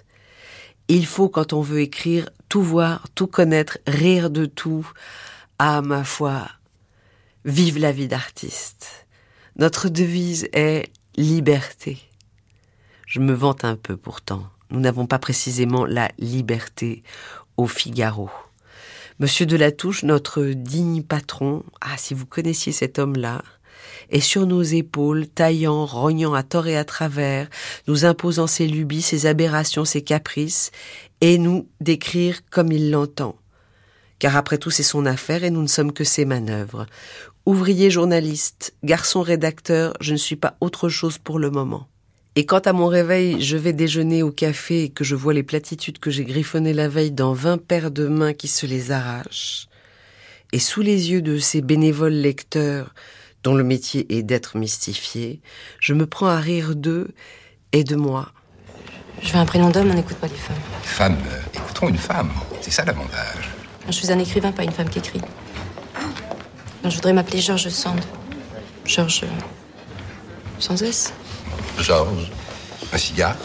Il faut, quand on veut écrire, tout voir, tout connaître, rire de tout. Ah, ma foi, vive la vie d'artiste. Notre devise est liberté. Je me vante un peu pourtant. Nous n'avons pas précisément la liberté au Figaro. Monsieur De La Touche, notre digne patron, ah, si vous connaissiez cet homme-là, est sur nos épaules, taillant, rognant à tort et à travers, nous imposant ses lubies, ses aberrations, ses caprices, et nous d'écrire comme il l'entend. Car après tout, c'est son affaire et nous ne sommes que ses manœuvres. Ouvrier journaliste, garçon rédacteur, je ne suis pas autre chose pour le moment. Et quand à mon réveil, je vais déjeuner au café et que je vois les platitudes que j'ai griffonnées la veille dans 20 paires de mains qui se les arrachent, et sous les yeux de ces bénévoles lecteurs, dont le métier est d'être mystifié, je me prends à rire d'eux et de moi. Je veux un prénom d'homme, on n'écoute pas les femmes. Femmes, écoutons une femme, c'est ça l'avantage. Je suis un écrivain, pas une femme qui écrit. Je voudrais m'appeler George Sand. George... sans S. Georges, un cigare.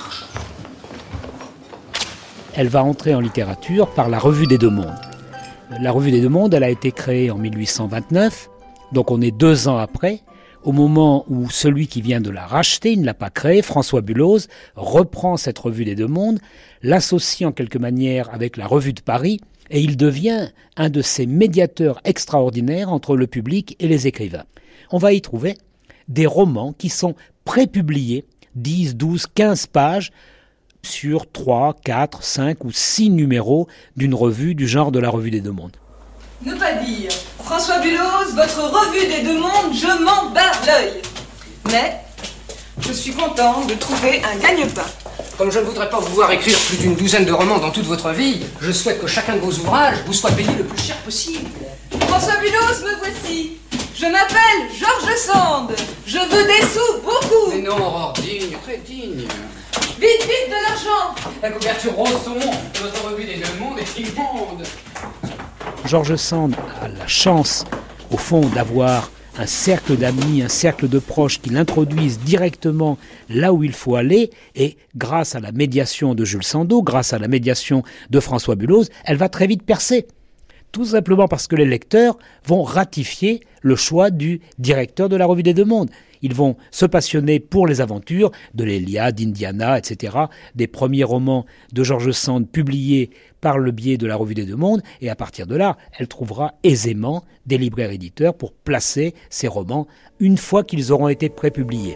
Elle va entrer en littérature par la Revue des Deux Mondes. La Revue des Deux Mondes, elle a été créée en 1829, donc on est 2 ans après, au moment où celui qui vient de la racheter, il ne l'a pas créée, François Bulloz, reprend cette Revue des Deux Mondes, l'associe en quelque manière avec la Revue de Paris, et il devient un de ces médiateurs extraordinaires entre le public et les écrivains. On va y trouver des romans qui sont prépubliés, 10, 12, 15 pages, sur 3, 4, 5 ou 6 numéros d'une revue du genre de la Revue des Deux Mondes. Ne pas dire, François Bulloz, votre Revue des Deux Mondes, je m'en bats l'œil. Mais je suis content de trouver un gagne-pain. Comme je ne voudrais pas vous voir écrire plus d'une douzaine de romans dans toute votre vie, je souhaite que chacun de vos ouvrages vous soit payé le plus cher possible. François Bulloz, me voici. Je m'appelle George Sand. Je veux des sous, beaucoup. Mais non, Aurore, digne, très digne. Vite, vite, de l'argent. La couverture rose saumon de votre Revue des Deux Mondes est immonde. George Sand a la chance, au fond, d'avoir un cercle d'amis, un cercle de proches qui l'introduisent directement là où il faut aller, et grâce à la médiation de Jules Sandeau, grâce à la médiation de François Buloz, elle va très vite percer. Tout simplement parce que les lecteurs vont ratifier le choix du directeur de la Revue des Deux Mondes. Ils vont se passionner pour les aventures de l'Iliade, d'Indiana, etc., des premiers romans de George Sand publiés par le biais de la Revue des Deux Mondes, et à partir de là, elle trouvera aisément des libraires éditeurs pour placer ces romans une fois qu'ils auront été prépubliés.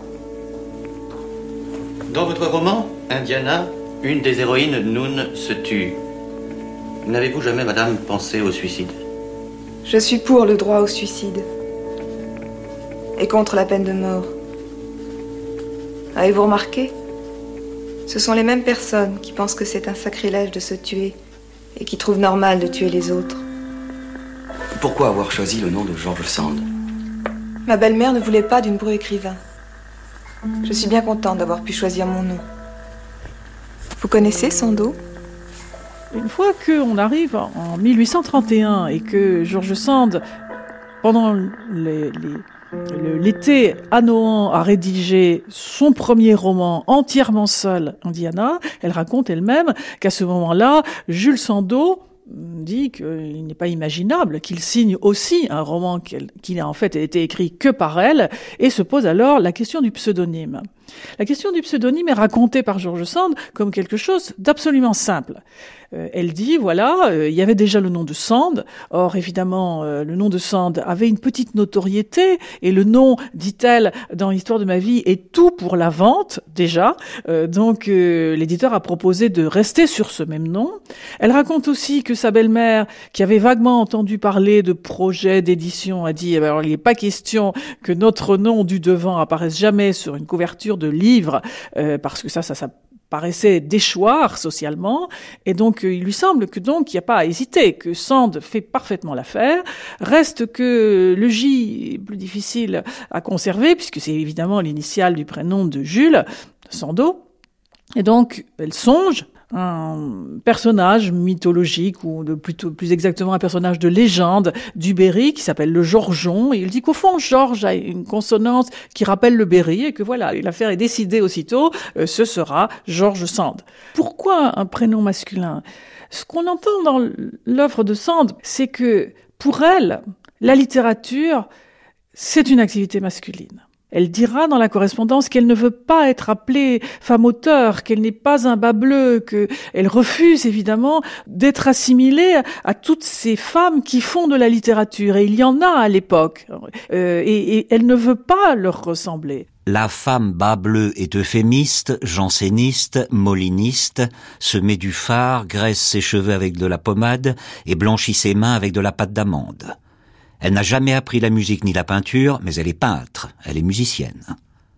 Dans votre roman, Indiana, une des héroïnes, Noon, se tue. N'avez-vous jamais, madame, pensé au suicide? Je suis pour le droit au suicide. Et contre la peine de mort. Avez-vous remarqué? Ce sont les mêmes personnes qui pensent que c'est un sacrilège de se tuer et qui trouvent normal de tuer les autres. Pourquoi avoir choisi le nom de George Sand? Ma belle-mère ne voulait pas d'une bru écrivain. Je suis bien contente d'avoir pu choisir mon nom. Vous connaissez Sandeau? Une fois qu'on arrive en 1831 et que George Sand, pendant l'été à Nohant, a rédigé son premier roman entièrement seul, Indiana, elle raconte elle-même qu'à ce moment-là, Jules Sandeau dit qu'il n'est pas imaginable qu'il signe aussi un roman qui n'a en fait été écrit que par elle, et se pose alors la question du pseudonyme. La question du pseudonyme est racontée par George Sand comme quelque chose d'absolument simple. Elle dit, voilà, il y avait déjà le nom de Sand. Or, évidemment, le nom de Sand avait une petite notoriété, et le nom, dit-elle, dans l'histoire de ma vie, est tout pour la vente, déjà. Donc, l'éditeur a proposé de rester sur ce même nom. Elle raconte aussi que sa belle-mère, qui avait vaguement entendu parler de projets d'édition, a dit, alors, il n'est pas question que notre nom du devant apparaisse jamais sur une couverture de livre, parce que ça paraissait déchoir socialement, et donc il lui semble que donc il n'y a pas à hésiter, que Sand fait parfaitement l'affaire. Reste que le J est plus difficile à conserver, puisque c'est évidemment l'initiale du prénom de Jules, Sandeau, et donc elle songe un personnage mythologique, ou plus exactement un personnage de légende du Berry qui s'appelle le Georgeon, et il dit qu'au fond Georges a une consonance qui rappelle le Berry, et que voilà, l'affaire est décidée aussitôt, ce sera George Sand. Pourquoi un prénom masculin? Ce qu'on entend dans l'œuvre de Sand, c'est que pour elle, la littérature, c'est une activité masculine. Elle dira dans la correspondance qu'elle ne veut pas être appelée femme auteur, qu'elle n'est pas un bas bleu, qu'elle refuse évidemment d'être assimilée à toutes ces femmes qui font de la littérature. Et il y en a à l'époque. Et elle ne veut pas leur ressembler. La femme bas bleu est euphémiste, janséniste, moliniste, se met du fard, graisse ses cheveux avec de la pommade et blanchit ses mains avec de la pâte d'amande. Elle n'a jamais appris la musique ni la peinture, mais elle est peintre, elle est musicienne.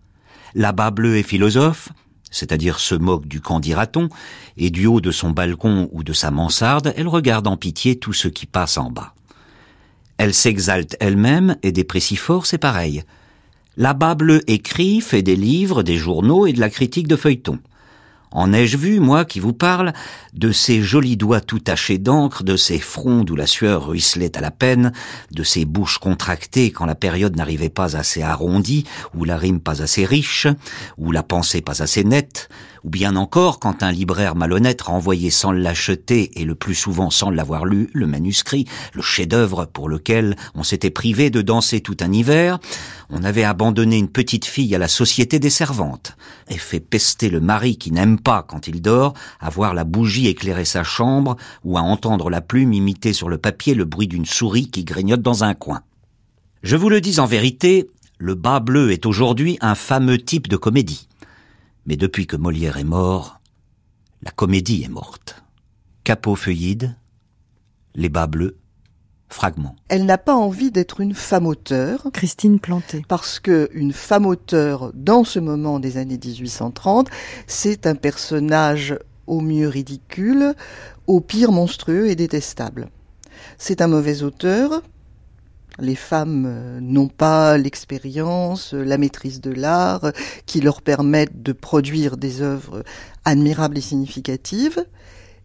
La bas bleue est philosophe, c'est-à-dire se moque du qu'en dira-t-on, et du haut de son balcon ou de sa mansarde, elle regarde en pitié tout ce qui passe en bas. Elle s'exalte elle-même et déprécie fort, c'est pareil. La bas bleue écrit, fait des livres, des journaux et de la critique de feuilletons. En ai-je vu, moi, qui vous parle, de ces jolis doigts tout tachés d'encre, de ces fronts d'où la sueur ruisselait à la peine, de ces bouches contractées quand la période n'arrivait pas assez arrondie, ou la rime pas assez riche, ou la pensée pas assez nette, ou bien encore quand un libraire malhonnête renvoyait sans l'acheter, et le plus souvent sans l'avoir lu, le manuscrit, le chef-d'œuvre pour lequel on s'était privé de danser tout un hiver, on avait abandonné une petite fille à la société des servantes, et fait pester le mari qui n'aime pas, quand il dort, à voir la bougie éclairer sa chambre, ou à entendre la plume imiter sur le papier le bruit d'une souris qui grignote dans un coin. Je vous le dis en vérité, le bas bleu est aujourd'hui un fameux type de comédie. Mais depuis que Molière est mort, la comédie est morte. Capot Feuillide, Les bas bleus, Fragment. Elle n'a pas envie d'être une femme auteur. Christine Planté. Parce que une femme auteur, dans ce moment des années 1830, c'est un personnage au mieux ridicule, au pire monstrueux et détestable. C'est un mauvais auteur. Les femmes n'ont pas l'expérience, la maîtrise de l'art qui leur permettent de produire des œuvres admirables et significatives.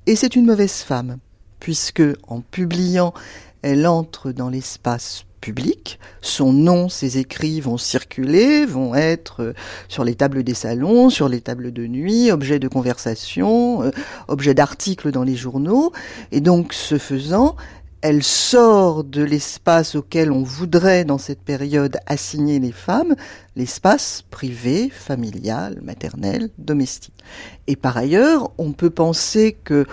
Et c'est une mauvaise femme, puisque en publiant, elle entre dans l'espace public. Son nom, ses écrits vont circuler, vont être sur les tables des salons, sur les tables de nuit, objet de conversation, objet d'articles dans les journaux. Et donc, ce faisant, elle sort de l'espace auquel on voudrait, dans cette période, assigner les femmes, l'espace privé, familial, maternel, domestique. Et par ailleurs, on peut penser que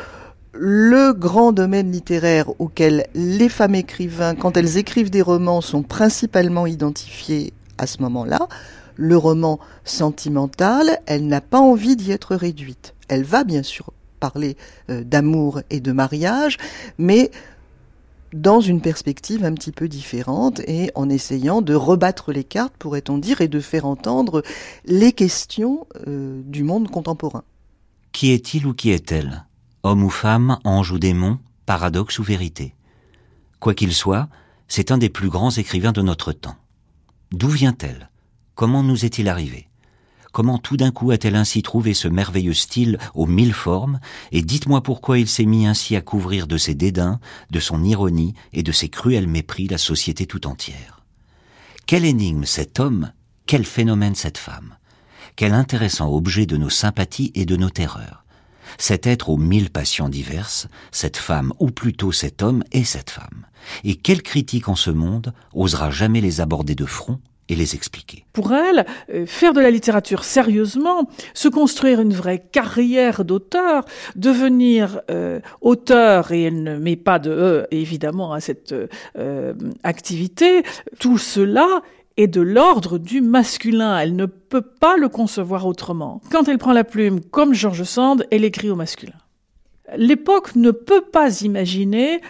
le grand domaine littéraire auquel les femmes écrivains, quand elles écrivent des romans, sont principalement identifiées à ce moment-là, le roman sentimental, elle n'a pas envie d'y être réduite. Elle va bien sûr parler d'amour et de mariage, mais dans une perspective un petit peu différente et en essayant de rebattre les cartes, pourrait-on dire, et de faire entendre les questions du monde contemporain. Qui est-il ou qui est-elle ? Homme ou femme, ange ou démon, paradoxe ou vérité. Quoi qu'il soit, c'est un des plus grands écrivains de notre temps. D'où vient-elle ? Comment nous est-il arrivé ? Comment tout d'un coup a-t-elle ainsi trouvé ce merveilleux style aux 1000 formes ? Et dites-moi pourquoi il s'est mis ainsi à couvrir de ses dédains, de son ironie et de ses cruels mépris la société tout entière. Quelle énigme cet homme, quel phénomène cette femme ? Quel intéressant objet de nos sympathies et de nos terreurs ? Cet être aux 1000 passions diverses, cette femme, ou plutôt cet homme et cette femme. Et quel critique en ce monde osera jamais les aborder de front et les expliquer ? Pour elle, faire de la littérature sérieusement, se construire une vraie carrière d'auteur, devenir auteur, et elle ne met pas de E évidemment à cette activité, tout cela est de l'ordre du masculin. Elle ne peut pas le concevoir autrement. Quand elle prend la plume, comme George Sand, elle écrit au masculin. L'époque ne peut pas imaginer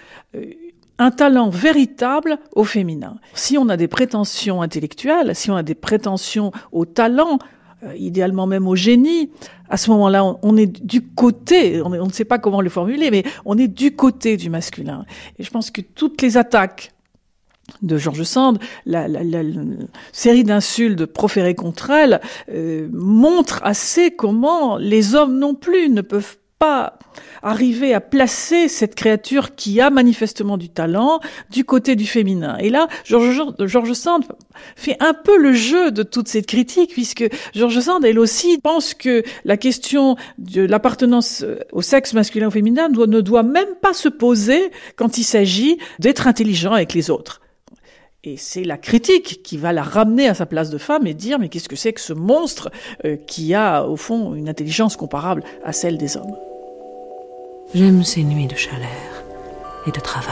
un talent véritable au féminin. Si on a des prétentions intellectuelles, si on a des prétentions au talent, idéalement même au génie, à ce moment-là, on est du côté, on ne sait pas comment le formuler, mais on est du côté du masculin. Et je pense que toutes les attaques de George Sand, la série d'insultes proférées contre elle, montre assez comment les hommes non plus ne peuvent pas arriver à placer cette créature qui a manifestement du talent du côté du féminin. Et là, George Sand fait un peu le jeu de toute cette critique, puisque George Sand, elle aussi, pense que la question de l'appartenance au sexe masculin ou féminin ne doit même pas se poser quand il s'agit d'être intelligent avec les autres. Et c'est la critique qui va la ramener à sa place de femme et dire « Mais qu'est-ce que c'est que ce monstre qui a, au fond, une intelligence comparable à celle des hommes ?» J'aime ces nuits de chaleur et de travail,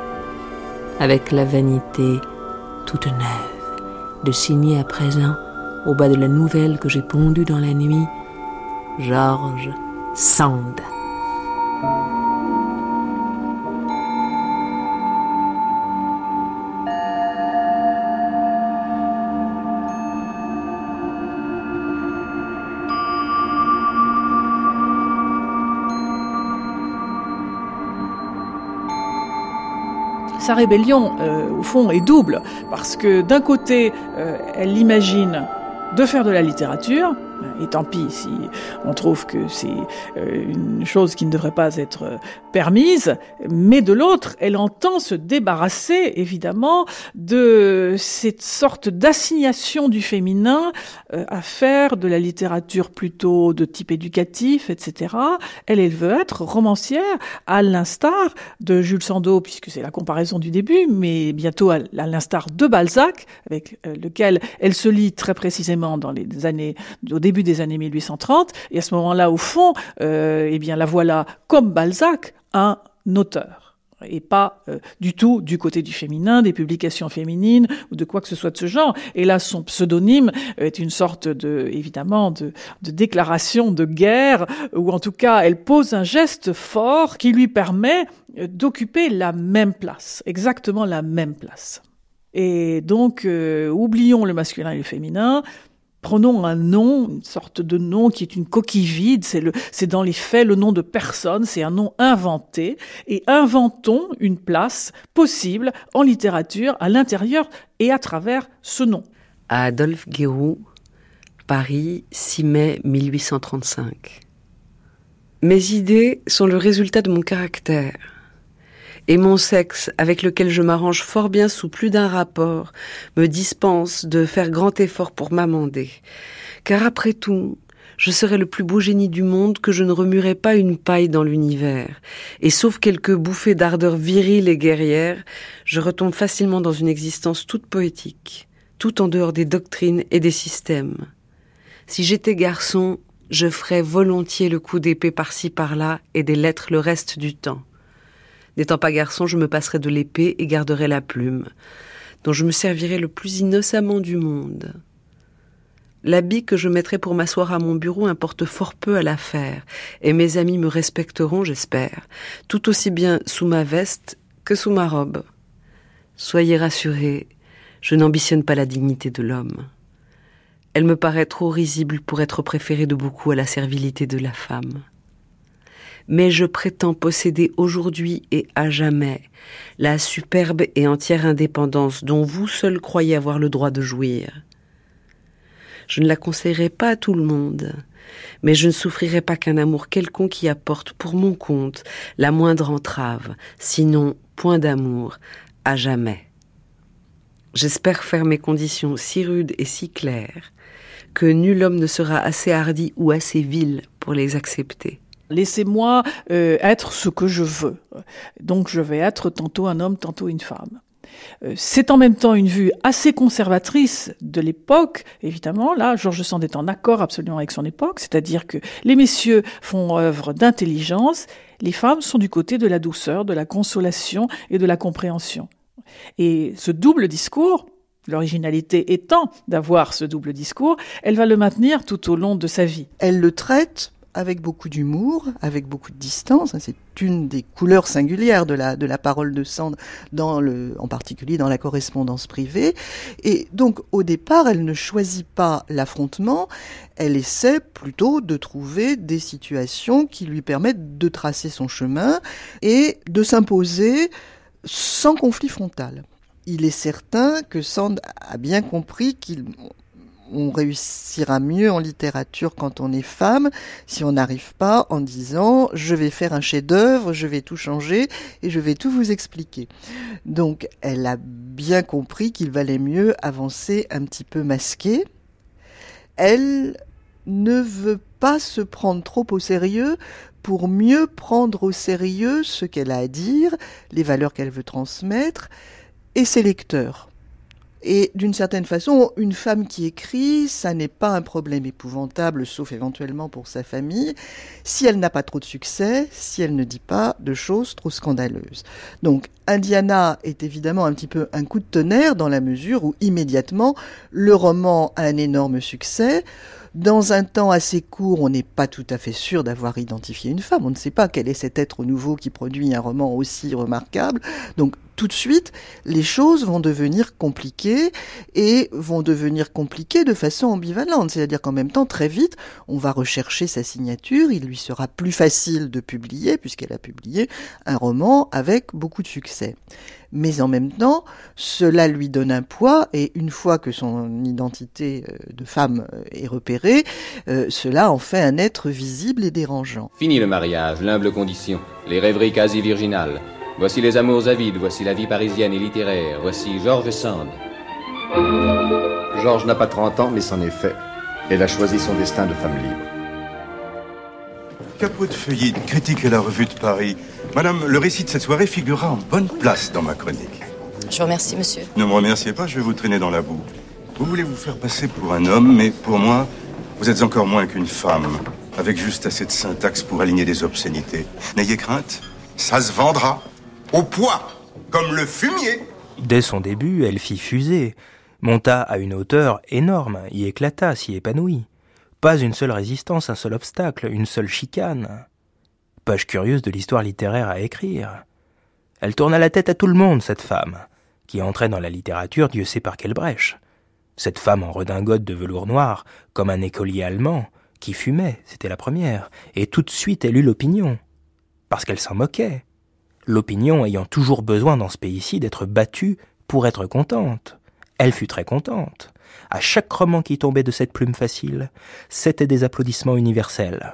avec la vanité toute neuve, de signer à présent, au bas de la nouvelle que j'ai pondue dans la nuit, George Sand. Sa rébellion, au fond, est double, parce que d'un côté, elle imagine de faire de la littérature, et tant pis si on trouve que c'est une chose qui ne devrait pas être permise, mais de l'autre, elle entend se débarrasser, évidemment, de cette sorte d'assignation du féminin à faire de la littérature plutôt de type éducatif, etc. Elle veut être romancière, à l'instar de Jules Sandeau, puisque c'est la comparaison du début, mais bientôt à l'instar de Balzac, avec lequel elle se lie très précisément dans les années, au début des années 1830, et à ce moment-là, au fond, eh bien, la voilà, comme Balzac, un auteur, et pas du tout du côté du féminin, des publications féminines, ou de quoi que ce soit de ce genre. Et là, son pseudonyme est une sorte évidemment, de déclaration de guerre, ou en tout cas, elle pose un geste fort qui lui permet d'occuper la même place, exactement la même place. Et donc, oublions le masculin et le féminin, prenons un nom, une sorte de nom qui est une coquille vide, c'est dans les faits le nom de personne, c'est un nom inventé, et inventons une place possible en littérature à l'intérieur et à travers ce nom. À Adolphe Guéroult, Paris, 6 mai 1835. Mes idées sont le résultat de mon caractère. Et mon sexe, avec lequel je m'arrange fort bien sous plus d'un rapport, me dispense de faire grand effort pour m'amender. Car après tout, je serais le plus beau génie du monde que je ne remuerais pas une paille dans l'univers. Et sauf quelques bouffées d'ardeur virile et guerrière, je retombe facilement dans une existence toute poétique, tout en dehors des doctrines et des systèmes. Si j'étais garçon, je ferais volontiers le coup d'épée par-ci par-là et des lettres le reste du temps. N'étant pas garçon, je me passerais de l'épée et garderais la plume, dont je me servirais le plus innocemment du monde. L'habit que je mettrais pour m'asseoir à mon bureau importe fort peu à l'affaire, et mes amis me respecteront, j'espère, tout aussi bien sous ma veste que sous ma robe. Soyez rassurés, je n'ambitionne pas la dignité de l'homme. Elle me paraît trop risible pour être préférée de beaucoup à la servilité de la femme. Mais je prétends posséder aujourd'hui et à jamais la superbe et entière indépendance dont vous seul croyez avoir le droit de jouir. Je ne la conseillerai pas à tout le monde, mais je ne souffrirai pas qu'un amour quelconque y apporte pour mon compte la moindre entrave, sinon point d'amour, à jamais. J'espère faire mes conditions si rudes et si claires que nul homme ne sera assez hardi ou assez vil pour les accepter. Laissez-moi être ce que je veux. Donc je vais être tantôt un homme, tantôt une femme. C'est en même temps une vue assez conservatrice de l'époque. Évidemment, là, George Sand est en accord absolument avec son époque, c'est-à-dire que les messieurs font œuvre d'intelligence, les femmes sont du côté de la douceur, de la consolation et de la compréhension. Et ce double discours, l'originalité étant d'avoir ce double discours, elle va le maintenir tout au long de sa vie. Elle le traite avec beaucoup d'humour, avec beaucoup de distance. C'est une des couleurs singulières de la parole de Sand, en particulier dans la correspondance privée. Et donc, au départ, elle ne choisit pas l'affrontement, elle essaie plutôt de trouver des situations qui lui permettent de tracer son chemin et de s'imposer sans conflit frontal. Il est certain que Sand a bien compris qu'on réussira mieux en littérature quand on est femme si on n'arrive pas en disant « je vais faire un chef-d'œuvre, je vais tout changer et je vais tout vous expliquer ». Donc elle a bien compris qu'il valait mieux avancer un petit peu masqué. Elle ne veut pas se prendre trop au sérieux pour mieux prendre au sérieux ce qu'elle a à dire, les valeurs qu'elle veut transmettre, et ses lecteurs. Et d'une certaine façon, une femme qui écrit, ça n'est pas un problème épouvantable, sauf éventuellement pour sa famille, si elle n'a pas trop de succès, si elle ne dit pas de choses trop scandaleuses. Donc, Indiana est évidemment un petit peu un coup de tonnerre dans la mesure où immédiatement, le roman a un énorme succès. Dans un temps assez court, on n'est pas tout à fait sûr d'avoir identifié une femme. On ne sait pas quel est cet être nouveau qui produit un roman aussi remarquable. Donc, tout de suite, les choses vont devenir compliquées et vont devenir compliquées de façon ambivalente. C'est-à-dire qu'en même temps, très vite, on va rechercher sa signature. Il lui sera plus facile de publier puisqu'elle a publié un roman avec beaucoup de succès. Mais en même temps, cela lui donne un poids et une fois que son identité de femme est repérée, cela en fait un être visible et dérangeant. Fini le mariage, l'humble condition, les rêveries quasi virginales. Voici les amours avides, voici la vie parisienne et littéraire, voici George Sand. Georges n'a pas 30 ans, mais c'en est fait. Elle a choisi son destin de femme libre. Capot de Feuillide, critique à la Revue de Paris. Madame, le récit de cette soirée figurera en bonne place dans ma chronique. Je vous remercie, monsieur. Ne me remerciez pas, je vais vous traîner dans la boue. Vous voulez vous faire passer pour un homme, mais pour moi, vous êtes encore moins qu'une femme, avec juste assez de syntaxe pour aligner des obscénités. N'ayez crainte, ça se vendra. Au poids, comme le fumier. Dès son début, elle fit fuser, monta à une hauteur énorme, y éclata, s'y épanouit. Pas une seule résistance, un seul obstacle, une seule chicane. Page curieuse de l'histoire littéraire à écrire. Elle tourna la tête à tout le monde, cette femme, qui entrait dans la littérature Dieu sait par quelle brèche. Cette femme en redingote de velours noir, comme un écolier allemand, qui fumait, c'était la première, et tout de suite elle eut l'opinion. Parce qu'elle s'en moquait. L'opinion ayant toujours besoin dans ce pays-ci d'être battue pour être contente. Elle fut très contente. À chaque roman qui tombait de cette plume facile, c'était des applaudissements universels.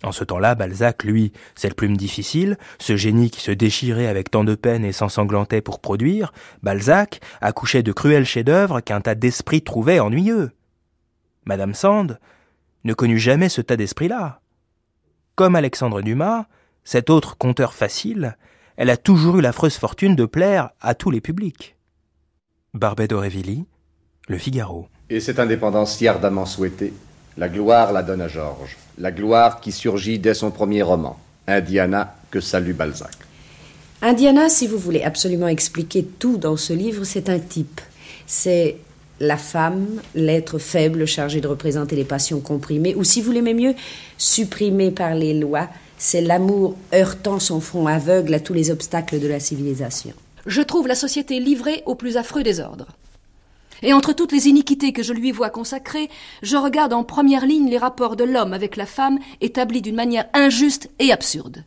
En ce temps-là, Balzac, lui, cette plume difficile, ce génie qui se déchirait avec tant de peine et s'ensanglantait pour produire, Balzac accouchait de cruels chefs-d'œuvre qu'un tas d'esprits trouvait ennuyeux. Madame Sand ne connut jamais ce tas d'esprits-là. Comme Alexandre Dumas, cet autre conteur facile, elle a toujours eu l'affreuse fortune de plaire à tous les publics. Barbey d'Aurevilly, Le Figaro. Et cette indépendance si ardemment souhaitée, la gloire la donne à Georges. La gloire qui surgit dès son premier roman, Indiana, que salue Balzac. Indiana, si vous voulez absolument expliquer tout dans ce livre, c'est un type. C'est la femme, l'être faible chargé de représenter les passions comprimées, ou si vous l'aimez mieux, supprimées par les lois. C'est l'amour heurtant son front aveugle à tous les obstacles de la civilisation. Je trouve la société livrée au plus affreux désordre. Et entre toutes les iniquités que je lui vois consacrées, je regarde en première ligne les rapports de l'homme avec la femme établis d'une manière injuste et absurde.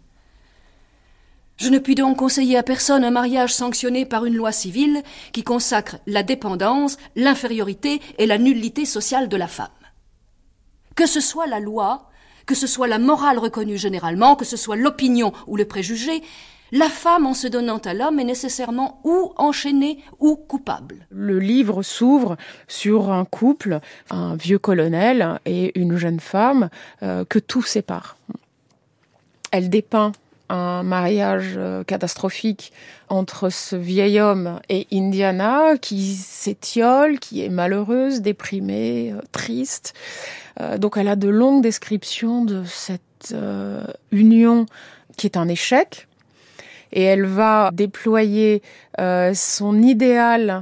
Je ne puis donc conseiller à personne un mariage sanctionné par une loi civile qui consacre la dépendance, l'infériorité et la nullité sociale de la femme. Que ce soit la loi, que ce soit la morale reconnue généralement, que ce soit l'opinion ou le préjugé, la femme, en se donnant à l'homme, est nécessairement ou enchaînée ou coupable. Le livre s'ouvre sur un couple, un vieux colonel et une jeune femme, que tout sépare. Elle dépeint un mariage catastrophique entre ce vieil homme et Indiana, qui s'étiole, qui est malheureuse, déprimée, triste. Donc elle a de longues descriptions de cette union qui est un échec. Et elle va déployer son idéal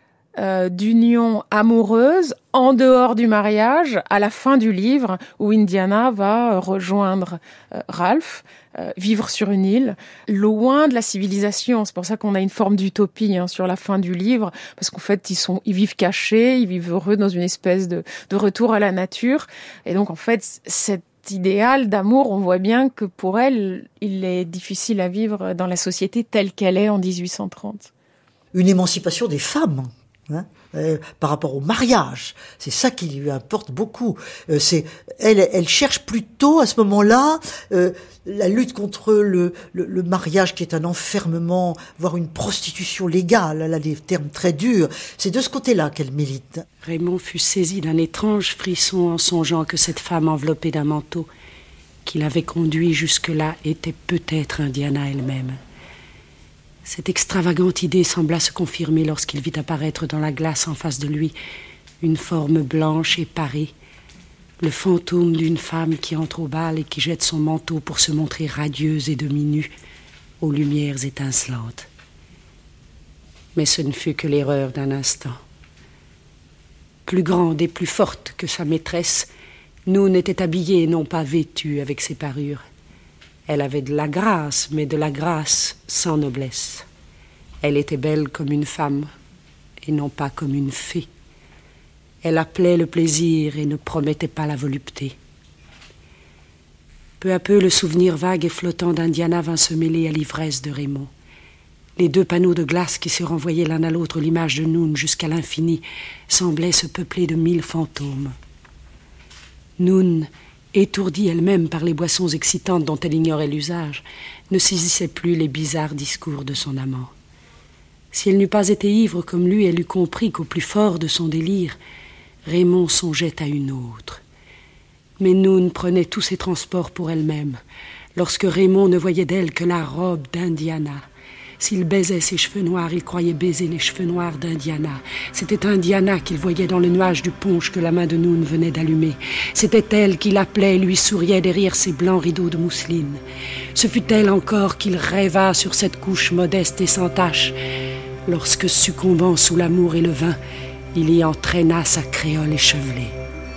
d'union amoureuse en dehors du mariage à la fin du livre, où Indiana va rejoindre Ralph, vivre sur une île, loin de la civilisation. C'est pour ça qu'on a une forme d'utopie sur la fin du livre, parce qu'en fait ils vivent cachés, ils vivent heureux dans une espèce de retour à la nature. Et donc en fait cet idéal d'amour, on voit bien que pour elle, il est difficile à vivre dans la société telle qu'elle est en 1830. Une émancipation des femmes, par rapport au mariage. C'est ça qui lui importe beaucoup. Elle cherche plutôt à ce moment-là la lutte contre le mariage qui est un enfermement, voire une prostitution légale. Elle a des termes très durs. C'est de ce côté-là qu'elle milite. Raymond fut saisi d'un étrange frisson en songeant que cette femme enveloppée d'un manteau qui l'avait conduit jusque-là était peut-être Indiana elle-même. Cette extravagante idée sembla se confirmer lorsqu'il vit apparaître dans la glace en face de lui une forme blanche et parée, le fantôme d'une femme qui entre au bal et qui jette son manteau pour se montrer radieuse et demi-nue aux lumières étincelantes. Mais ce ne fut que l'erreur d'un instant. Plus grande et plus forte que sa maîtresse, Noun était habillée et non pas vêtue avec ses parures. Elle avait de la grâce, mais de la grâce sans noblesse. Elle était belle comme une femme, et non pas comme une fée. Elle appelait le plaisir et ne promettait pas la volupté. Peu à peu, le souvenir vague et flottant d'Indiana vint se mêler à l'ivresse de Raymond. Les deux panneaux de glace qui se renvoyaient l'un à l'autre l'image de Noun jusqu'à l'infini semblaient se peupler de 1000 fantômes. Noun, étourdie elle-même par les boissons excitantes dont elle ignorait l'usage, ne saisissait plus les bizarres discours de son amant. Si elle n'eût pas été ivre comme lui, elle eût compris qu'au plus fort de son délire, Raymond songeait à une autre. Mais Noun prenait tous ses transports pour elle-même, lorsque Raymond ne voyait d'elle que la robe d'Indiana. S'il baisait ses cheveux noirs, il croyait baiser les cheveux noirs d'Indiana. C'était Indiana qu'il voyait dans le nuage du punch que la main de Noun venait d'allumer. C'était elle qui l'appelait et lui souriait derrière ses blancs rideaux de mousseline. Ce fut elle encore qu'il rêva sur cette couche modeste et sans tache, lorsque, succombant sous l'amour et le vin, il y entraîna sa créole échevelée.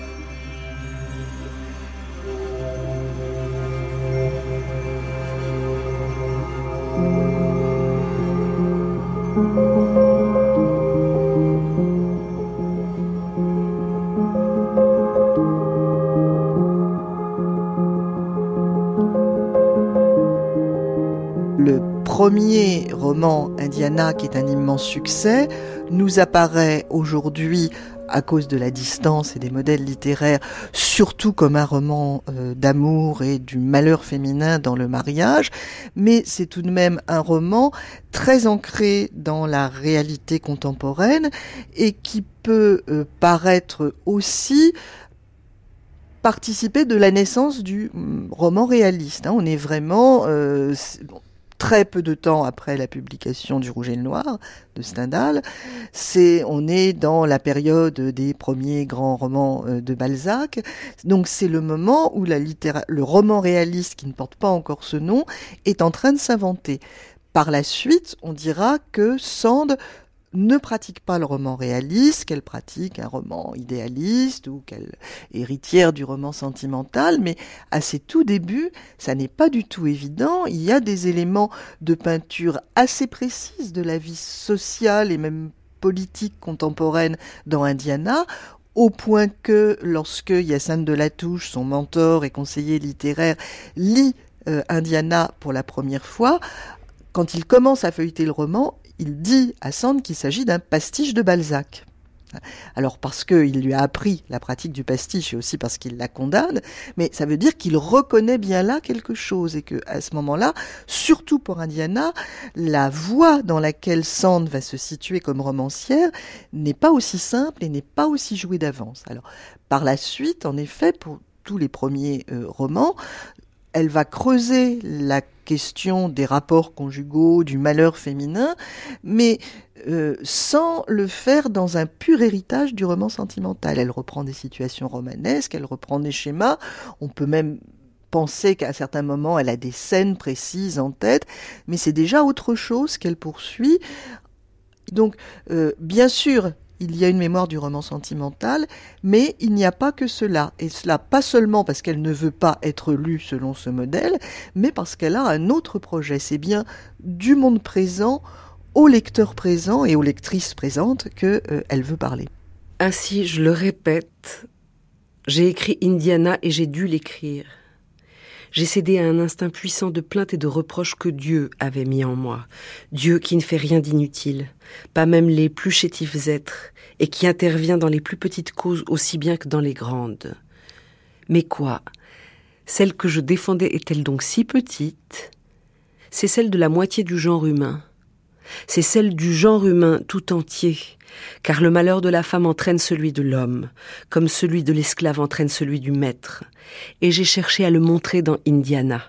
Premier roman, Indiana, qui est un immense succès, nous apparaît aujourd'hui à cause de la distance et des modèles littéraires, surtout comme un roman d'amour et du malheur féminin dans le mariage, mais c'est tout de même un roman très ancré dans la réalité contemporaine et qui peut paraître aussi participer de la naissance du roman réaliste. On est vraiment très peu de temps après la publication du Rouge et le Noir de Stendhal. On est dans la période des premiers grands romans de Balzac. Donc c'est le moment où le roman réaliste, qui ne porte pas encore ce nom, est en train de s'inventer. Par la suite, on dira que Sand ne pratique pas le roman réaliste, qu'elle pratique un roman idéaliste ou qu'elle est héritière du roman sentimental, mais à ses tout débuts, ça n'est pas du tout évident. Il y a des éléments de peinture assez précises de la vie sociale et même politique contemporaine dans Indiana, au point que lorsque Hyacinthe de Latouche, son mentor et conseiller littéraire, lit Indiana pour la première fois, quand il commence à feuilleter le roman, il dit à Sand qu'il s'agit d'un pastiche de Balzac. Alors parce qu'il lui a appris la pratique du pastiche et aussi parce qu'il la condamne, mais ça veut dire qu'il reconnaît bien là quelque chose et que à ce moment-là, surtout pour Indiana, la voie dans laquelle Sand va se situer comme romancière n'est pas aussi simple et n'est pas aussi jouée d'avance. Alors par la suite, en effet, pour tous les premiers romans, elle va creuser la question des rapports conjugaux, du malheur féminin, mais sans le faire dans un pur héritage du roman sentimental. Elle reprend des situations romanesques, elle reprend des schémas, on peut même penser qu'à certains moments elle a des scènes précises en tête, mais c'est déjà autre chose qu'elle poursuit. Donc, bien sûr, il y a une mémoire du roman sentimental, mais il n'y a pas que cela. Et cela pas seulement parce qu'elle ne veut pas être lue selon ce modèle, mais parce qu'elle a un autre projet. C'est bien du monde présent, aux lecteurs présents et aux lectrices présentes qu'elle veut parler. Ainsi, je le répète, j'ai écrit Indiana et j'ai dû l'écrire. J'ai cédé à un instinct puissant de plainte et de reproche que Dieu avait mis en moi. Dieu qui ne fait rien d'inutile, pas même les plus chétifs êtres, et qui intervient dans les plus petites causes aussi bien que dans les grandes. Mais quoi ? Celle que je défendais est-elle donc si petite ? C'est celle de la moitié du genre humain. C'est celle du genre humain tout entier, car le malheur de la femme entraîne celui de l'homme, comme celui de l'esclave entraîne celui du maître, et j'ai cherché à le montrer dans Indiana.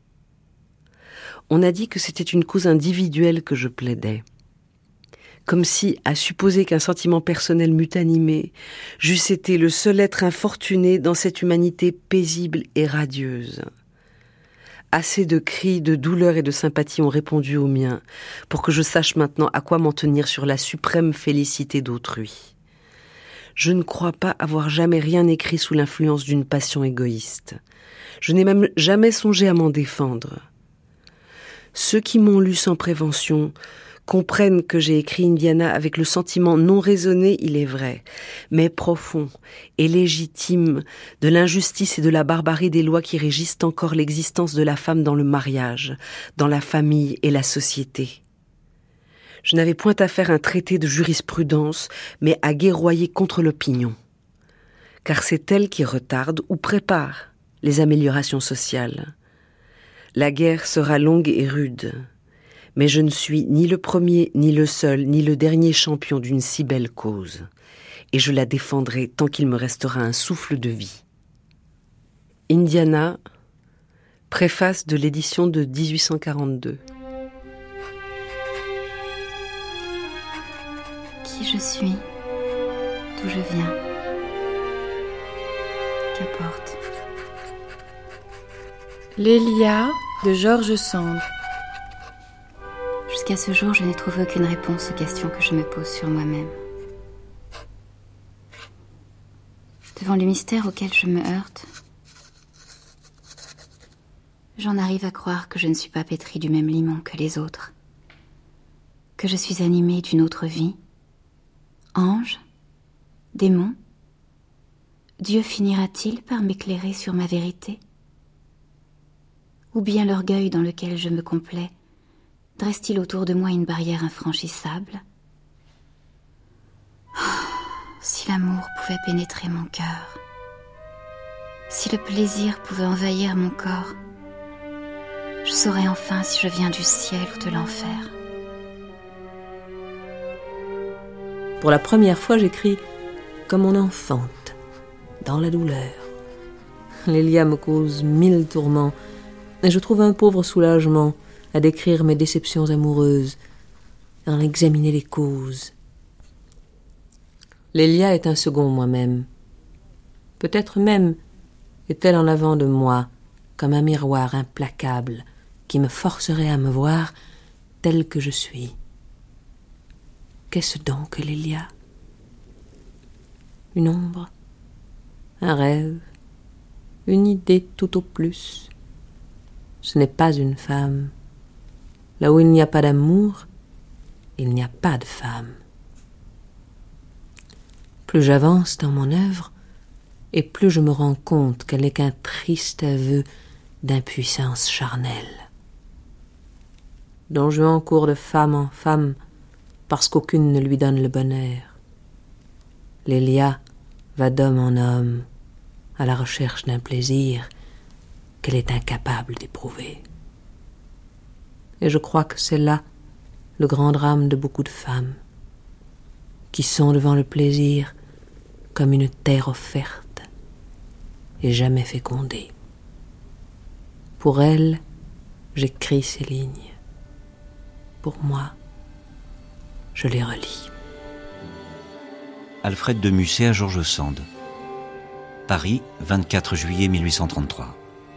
On a dit que c'était une cause individuelle que je plaidais, comme si, à supposer qu'un sentiment personnel m'eût animé, j'eusse été le seul être infortuné dans cette humanité paisible et radieuse. Assez de cris, de douleur et de sympathie ont répondu aux miens pour que je sache maintenant à quoi m'en tenir sur la suprême félicité d'autrui. Je ne crois pas avoir jamais rien écrit sous l'influence d'une passion égoïste. Je n'ai même jamais songé à m'en défendre. Ceux qui m'ont lu sans prévention comprennent que j'ai écrit Indiana avec le sentiment non raisonné, il est vrai, mais profond et légitime de l'injustice et de la barbarie des lois qui régissent encore l'existence de la femme dans le mariage, dans la famille et la société. Je n'avais point à faire un traité de jurisprudence, mais à guerroyer contre l'opinion, car c'est elle qui retarde ou prépare les améliorations sociales. La guerre sera longue et rude, mais je ne suis ni le premier, ni le seul, ni le dernier champion d'une si belle cause, et je la défendrai tant qu'il me restera un souffle de vie. Indiana, préface de l'édition de 1842. Qui je suis, d'où je viens, qu'importe. Lélia de George Sand. Jusqu'à ce jour, je n'ai trouvé aucune réponse aux questions que je me pose sur moi-même. Devant le mystère auquel je me heurte, j'en arrive à croire que je ne suis pas pétrie du même limon que les autres, que je suis animée d'une autre vie. Ange, démon, Dieu finira-t-il par m'éclairer sur ma vérité ? Ou bien l'orgueil dans lequel je me complais dresse-t-il autour de moi une barrière infranchissable ? si l'amour pouvait pénétrer mon cœur, si le plaisir pouvait envahir mon corps, je saurais enfin si je viens du ciel ou de l'enfer. Pour la première fois, j'écris comme on enfante, dans la douleur. Lélia me cause 1000 tourments, et je trouve un pauvre soulagement à décrire mes déceptions amoureuses, à en examiner les causes. Lélia est un second moi-même. Peut-être même est-elle en avant de moi, comme un miroir implacable qui me forcerait à me voir tel que je suis. Qu'est-ce donc que Lélia? Une ombre? Un rêve? Une idée tout au plus? Ce n'est pas une femme. Là où il n'y a pas d'amour, il n'y a pas de femme. Plus j'avance dans mon œuvre, et plus je me rends compte qu'elle n'est qu'un triste aveu d'impuissance charnelle. Don Juan court de femme en femme parce qu'aucune ne lui donne le bonheur. Lélia va d'homme en homme à la recherche d'un plaisir qu'elle est incapable d'éprouver. Et je crois que c'est là le grand drame de beaucoup de femmes qui sont devant le plaisir comme une terre offerte et jamais fécondée. Pour elles, j'écris ces lignes. Pour moi, je les relis. Alfred de Musset à George Sand. Paris, 24 juillet 1833.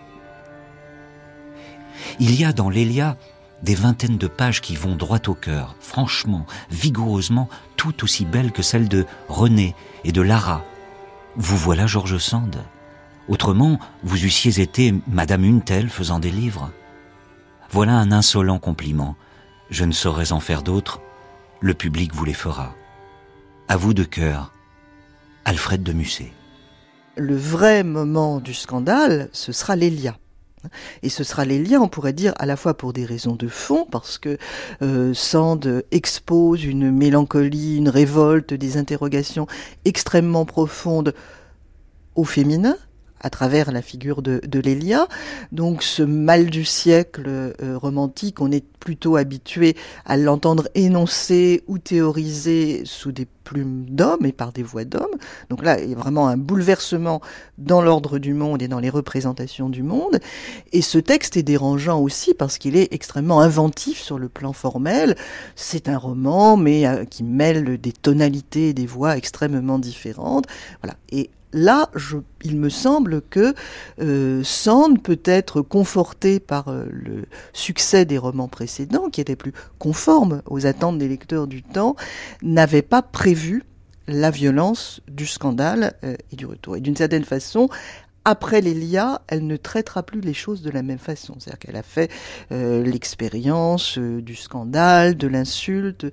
Il y a dans Lélia des vingtaines de pages qui vont droit au cœur, franchement, vigoureusement, tout aussi belles que celles de René et de Lara. Vous voilà George Sand. Autrement, vous eussiez été Madame Untel faisant des livres. Voilà un insolent compliment. Je ne saurais en faire d'autres. Le public vous les fera. À vous de cœur, Alfred de Musset. Le vrai moment du scandale, ce sera Lélia. Et ce sera Lélia, on pourrait dire, à la fois pour des raisons de fond, parce que Sand expose une mélancolie, une révolte, des interrogations extrêmement profondes au féminin, à travers la figure de Lélia. Donc ce mal du siècle romantique, on est plutôt habitué à l'entendre énoncé ou théorisé sous des plumes d'hommes et par des voix d'hommes. Donc là, il y a vraiment un bouleversement dans l'ordre du monde et dans les représentations du monde. Et ce texte est dérangeant aussi parce qu'il est extrêmement inventif sur le plan formel. C'est un roman, mais qui mêle des tonalités et des voix extrêmement différentes. Voilà. Et là, il me semble que Sand peut être conforté par le succès des romans précédents, qui étaient plus conformes aux attentes des lecteurs du temps, n'avait pas prévu la violence du scandale et du retour. Et d'une certaine façon, après Lélia, elle ne traitera plus les choses de la même façon. C'est-à-dire qu'elle a fait l'expérience du scandale, de l'insulte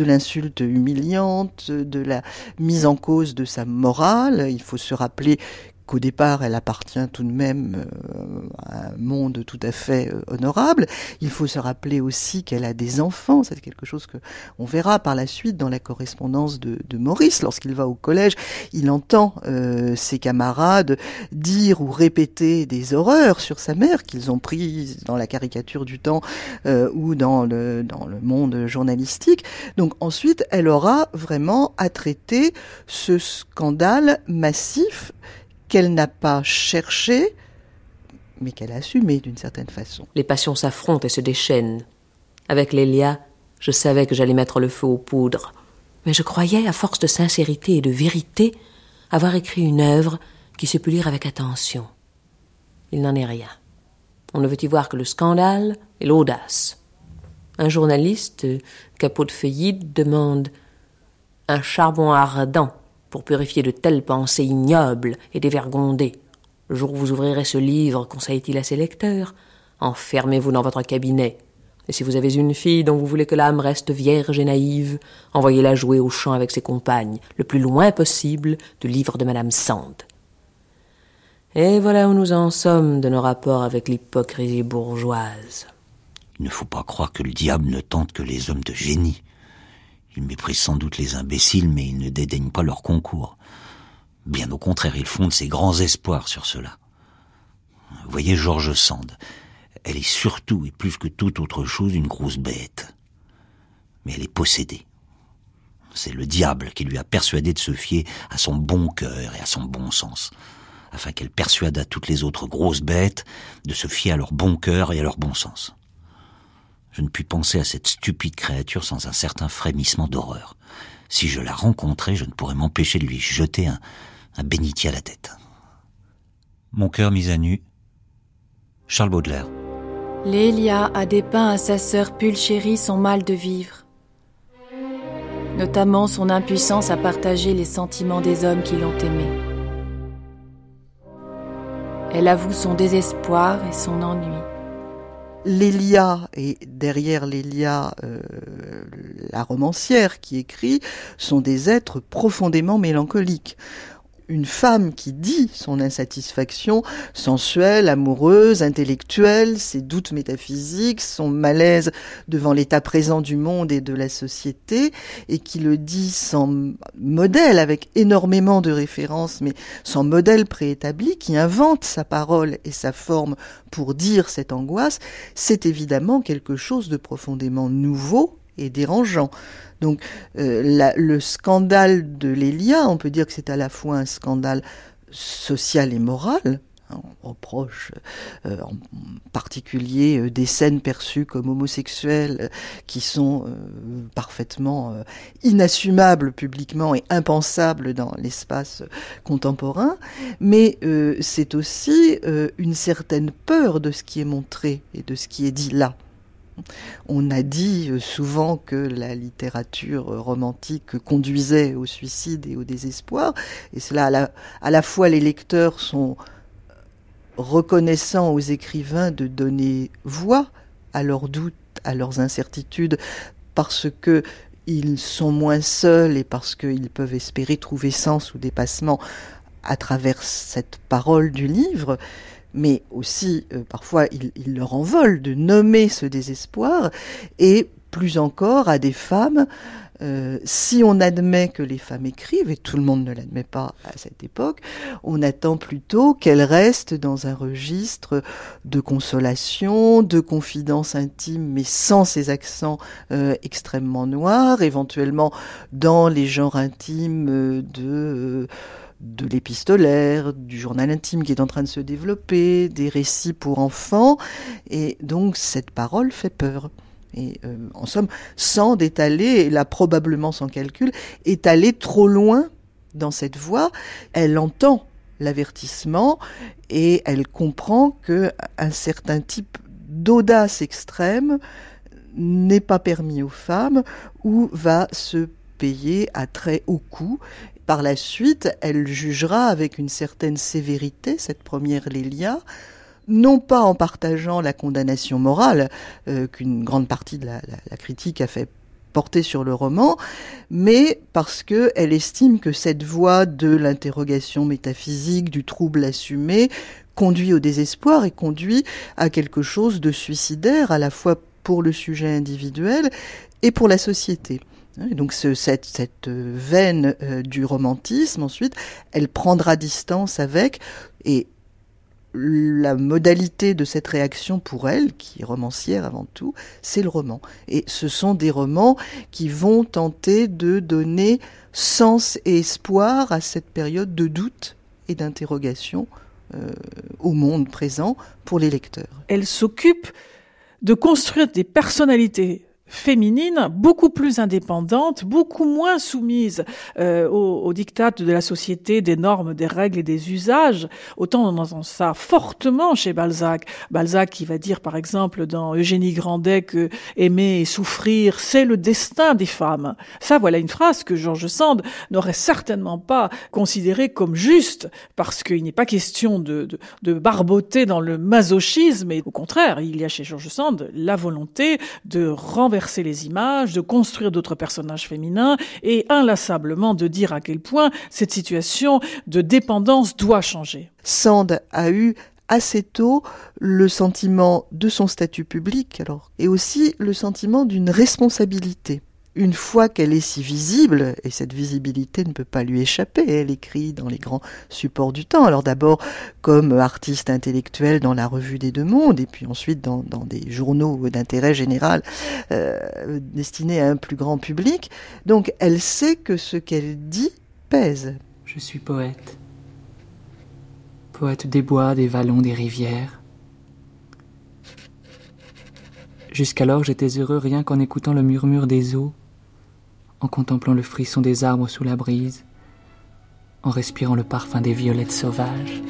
humiliante, de la mise en cause de sa morale. Il faut se rappeler qu'au départ, elle appartient tout de même à un monde tout à fait honorable. Il faut se rappeler aussi qu'elle a des enfants. C'est quelque chose que on verra par la suite dans la correspondance de Maurice. Lorsqu'il va au collège, il entend ses camarades dire ou répéter des horreurs sur sa mère qu'ils ont prises dans la caricature du temps ou dans le monde journalistique. Donc ensuite, elle aura vraiment à traiter ce scandale massif qu'elle n'a pas cherché, mais qu'elle a assumé d'une certaine façon. Les passions s'affrontent et se déchaînent. Avec Lélia, je savais que j'allais mettre le feu aux poudres. Mais je croyais, à force de sincérité et de vérité, avoir écrit une œuvre qui se peut lire avec attention. Il n'en est rien. On ne veut y voir que le scandale et l'audace. Un journaliste, capot de feuillide, demande « un charbon ardent » pour purifier de telles pensées ignobles et dévergondées. Le jour où vous ouvrirez ce livre, conseille-t-il à ses lecteurs, enfermez-vous dans votre cabinet. Et si vous avez une fille dont vous voulez que l'âme reste vierge et naïve, envoyez-la jouer au champ avec ses compagnes, le plus loin possible du livre de Madame Sand. Et voilà où nous en sommes de nos rapports avec l'hypocrisie bourgeoise. Il ne faut pas croire que le diable ne tente que les hommes de génie. Ils méprisent sans doute les imbéciles, mais ils ne dédaignent pas leur concours. Bien au contraire, ils fondent ses grands espoirs sur cela. Vous voyez George Sand, elle est surtout et plus que toute autre chose une grosse bête. Mais elle est possédée. C'est le diable qui lui a persuadé de se fier à son bon cœur et à son bon sens, afin qu'elle persuadât toutes les autres grosses bêtes de se fier à leur bon cœur et à leur bon sens. Je ne puis penser à cette stupide créature sans un certain frémissement d'horreur. Si je la rencontrais, je ne pourrais m'empêcher de lui jeter un bénitier à la tête. Mon cœur mis à nu, Charles Baudelaire. Lélia a dépeint à sa sœur Pulchérie son mal de vivre, notamment son impuissance à partager les sentiments des hommes qui l'ont aimée. Elle avoue son désespoir et son ennui. Lélia, et derrière Lélia, la romancière qui écrit, sont des êtres profondément mélancoliques. Une femme qui dit son insatisfaction sensuelle, amoureuse, intellectuelle, ses doutes métaphysiques, son malaise devant l'état présent du monde et de la société, et qui le dit sans modèle, avec énormément de références, mais sans modèle préétabli, qui invente sa parole et sa forme pour dire cette angoisse, c'est évidemment quelque chose de profondément nouveau et dérangeant. Donc le scandale de Lélia, on peut dire que c'est à la fois un scandale social et moral. On reproche en particulier des scènes perçues comme homosexuelles qui sont parfaitement inassumables publiquement et impensables dans l'espace contemporain, mais c'est aussi une certaine peur de ce qui est montré et de ce qui est dit là. On a dit souvent que la littérature romantique conduisait au suicide et au désespoir, et cela à la fois les lecteurs sont reconnaissants aux écrivains de donner voix à leurs doutes, à leurs incertitudes, parce que ils sont moins seuls et parce qu'ils peuvent espérer trouver sens ou dépassement à travers cette parole du livre. Mais aussi, parfois, il leur en vole de nommer ce désespoir, et plus encore à des femmes, si on admet que les femmes écrivent, et tout le monde ne l'admet pas à cette époque, on attend plutôt qu'elles restent dans un registre de consolation, de confidence intime, mais sans ces accents extrêmement noirs, éventuellement dans les genres intimes de l'épistolaire, du journal intime qui est en train de se développer, des récits pour enfants, et donc cette parole fait peur. Et en somme, Sand est allée, et là probablement sans calcul, est allée trop loin dans cette voie. Elle entend l'avertissement et elle comprend qu'un certain type d'audace extrême n'est pas permis aux femmes ou va se payer à très haut coût. Par la suite, elle jugera avec une certaine sévérité cette première Lélia, non pas en partageant la condamnation morale qu'une grande partie de la critique a fait porter sur le roman, mais parce qu'elle estime que cette voie de l'interrogation métaphysique, du trouble assumé, conduit au désespoir et conduit à quelque chose de suicidaire, à la fois pour le sujet individuel et pour la société. Et donc cette veine du romantisme, ensuite, elle prendra distance avec, et la modalité de cette réaction pour elle, qui est romancière avant tout, c'est le roman. Et ce sont des romans qui vont tenter de donner sens et espoir à cette période de doute et d'interrogation au monde présent pour les lecteurs. Elle s'occupe de construire des personnalités féminine, beaucoup plus indépendante, beaucoup moins soumise aux diktats de la société, des normes, des règles et des usages. Autant on entend ça fortement chez Balzac. Balzac qui va dire par exemple dans Eugénie Grandet que aimer et souffrir, c'est le destin des femmes. Ça, voilà une phrase que George Sand n'aurait certainement pas considérée comme juste, parce qu'il n'est pas question de barboter dans le masochisme, et au contraire, il y a chez George Sand la volonté de renverser les images, de construire d'autres personnages féminins et inlassablement de dire à quel point cette situation de dépendance doit changer. Sand a eu assez tôt le sentiment de son statut public, et aussi le sentiment d'une responsabilité. une fois qu'elle est si visible, et cette visibilité ne peut pas lui échapper, elle écrit dans les grands supports du temps, alors d'abord comme artiste intellectuelle dans la Revue des Deux Mondes, et puis ensuite dans des journaux d'intérêt général destinés à un plus grand public. Donc elle sait que ce qu'elle dit pèse. Je suis poète. Poète des bois, des vallons, des rivières. Jusqu'alors, j'étais heureux rien qu'en écoutant le murmure des eaux, en contemplant le frisson des arbres sous la brise, en respirant le parfum des violettes sauvages.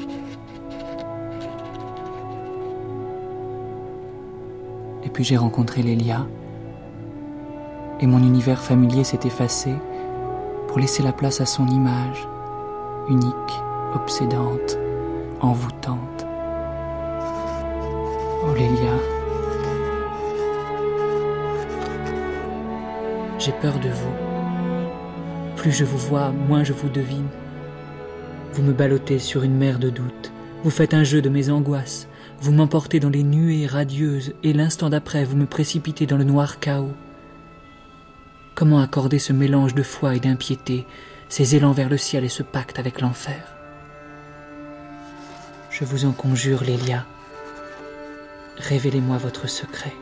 Et puis j'ai rencontré Lélia, et mon univers familier s'est effacé pour laisser la place à son image, unique, obsédante, envoûtante. Oh Lélia, j'ai peur de vous. Plus je vous vois, moins je vous devine. Vous me ballottez sur une mer de doute. Vous faites un jeu de mes angoisses. Vous m'emportez dans les nuées radieuses et l'instant d'après, vous me précipitez dans le noir chaos. Comment accorder ce mélange de foi et d'impiété, ces élans vers le ciel et ce pacte avec l'enfer? Je vous en conjure, Lélia. Révélez-moi votre secret.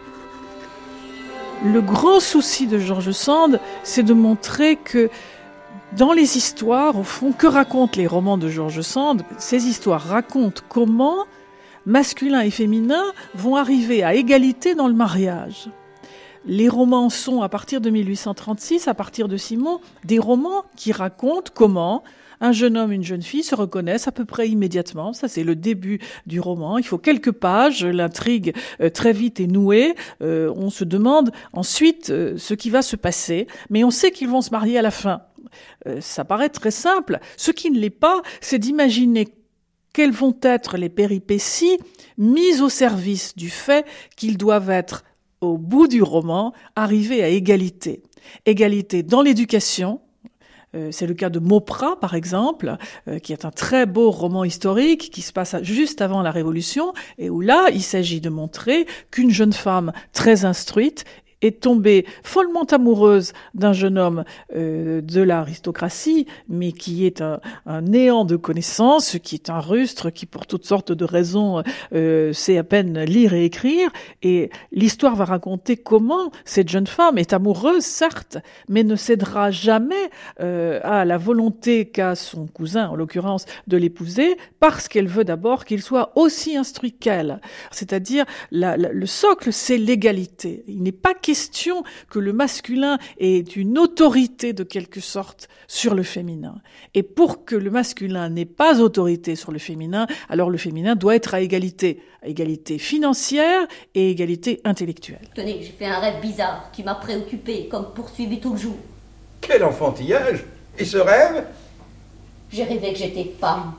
Le grand souci de George Sand, c'est de montrer que dans les histoires, au fond, que racontent les romans de George Sand? Ces histoires racontent comment masculin et féminin vont arriver à égalité dans le mariage. Les romans sont, à partir de 1836, à partir de Simon, des romans qui racontent comment un jeune homme et une jeune fille se reconnaissent à peu près immédiatement. Ça, c'est le début du roman. Il faut quelques pages, l'intrigue très vite est nouée. On se demande ensuite ce qui va se passer, mais on sait qu'ils vont se marier à la fin. Ça paraît très simple. Ce qui ne l'est pas, c'est d'imaginer quelles vont être les péripéties mises au service du fait qu'ils doivent être, au bout du roman, arrivés à égalité. Égalité dans l'éducation. C'est le cas de Mauprat, par exemple, qui est un très beau roman historique qui se passe juste avant la Révolution et où là, il s'agit de montrer qu'une jeune femme très instruite est tombée follement amoureuse d'un jeune homme de l'aristocratie, mais qui est un néant de connaissances, qui est un rustre, qui pour toutes sortes de raisons sait à peine lire et écrire. Et l'histoire va raconter comment cette jeune femme est amoureuse, certes, mais ne cédera jamais à la volonté qu'a son cousin, en l'occurrence, de l'épouser, parce qu'elle veut d'abord qu'il soit aussi instruit qu'elle. C'est-à-dire, le socle, c'est l'égalité. Il n'est pas question que le masculin ait une autorité de quelque sorte sur le féminin. Et pour que le masculin n'ait pas autorité sur le féminin, alors le féminin doit être à égalité financière et égalité intellectuelle. Tenez, j'ai fait un rêve bizarre qui m'a préoccupée, comme poursuivi tout le jour. Quel enfantillage! Et ce rêve? J'ai rêvé que j'étais femme.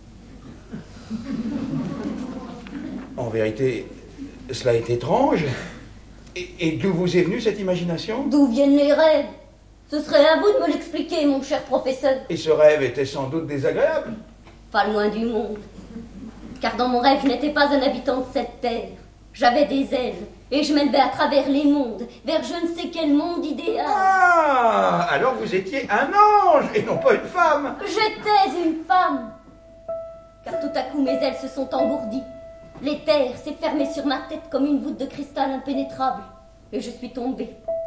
En vérité, cela est étrange. Et d'où vous est venue cette imagination? D'où viennent les rêves? Ce serait à vous de me l'expliquer, mon cher professeur. Et ce rêve était sans doute désagréable? Pas loin du monde. Car dans mon rêve, je n'étais pas un habitant de cette terre. J'avais des ailes, et je m'élevais à travers les mondes, vers je ne sais quel monde idéal. Ah, alors vous étiez un ange, et non pas une femme. J'étais une femme. Car tout à coup, mes ailes se sont engourdies. Les terres s'est fermée sur ma tête comme une voûte de cristal impénétrable. Et je suis tombée.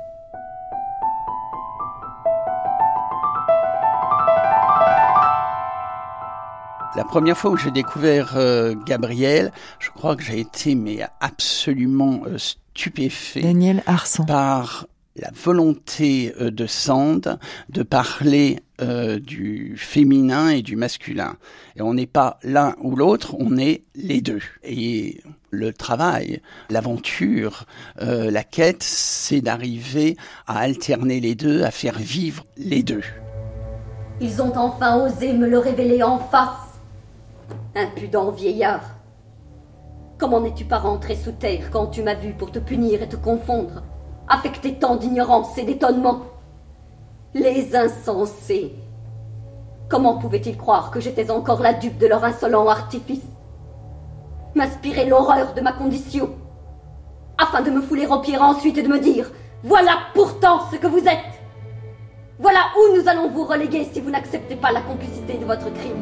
La première fois où j'ai découvert Gabriel, je crois que j'ai été absolument stupéfait. Daniel Arsan. Par la volonté de Sand de parler du féminin et du masculin. Et on n'est pas l'un ou l'autre, on est les deux. Et le travail, l'aventure, la quête, c'est d'arriver à alterner les deux, à faire vivre les deux. Ils ont enfin osé me le révéler en face. Impudent vieillard. Comment n'es-tu pas rentré sous terre quand tu m'as vu pour te punir et te confondre, affecter tant d'ignorance et d'étonnement? Les insensés. Comment pouvaient-ils croire que j'étais encore la dupe de leur insolent artifice? M'inspirer l'horreur de ma condition, afin de me fouler aux pieds ensuite et de me dire: Voilà pourtant ce que vous êtes. Voilà où nous allons vous reléguer si vous n'acceptez pas la complicité de votre crime.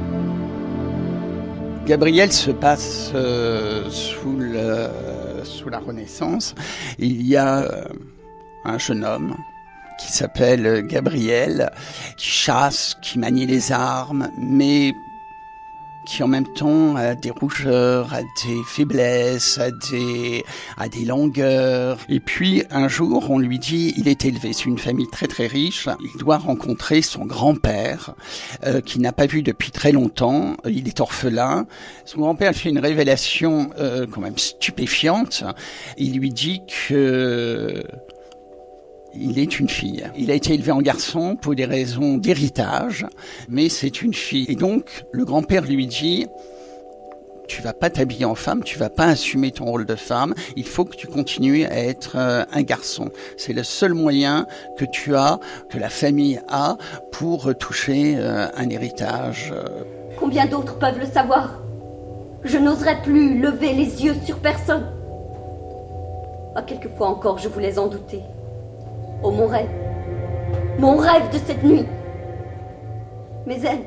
Gabriel se passe sous la Renaissance. Il y a un jeune homme qui s'appelle Gabriel, qui chasse, qui manie les armes, mais qui en même temps a des rougeurs, a des faiblesses, a des langueurs. Et puis un jour, on lui dit, il est élevé sur une famille très très riche, il doit rencontrer son grand-père, qu'il n'a pas vu depuis très longtemps, il est orphelin. Son grand-père fait une révélation quand même stupéfiante, il lui dit que il est une fille. Il a été élevé en garçon pour des raisons d'héritage, mais c'est une fille. Et donc, le grand-père lui dit, tu vas pas t'habiller en femme, tu vas pas assumer ton rôle de femme, il faut que tu continues à être un garçon. C'est le seul moyen que tu as, que la famille a, pour toucher un héritage. Combien d'autres peuvent le savoir? Je n'oserais plus lever les yeux sur personne. Ah, quelquefois encore, je voulais en douter. Oh, mon rêve de cette nuit. Mais elle,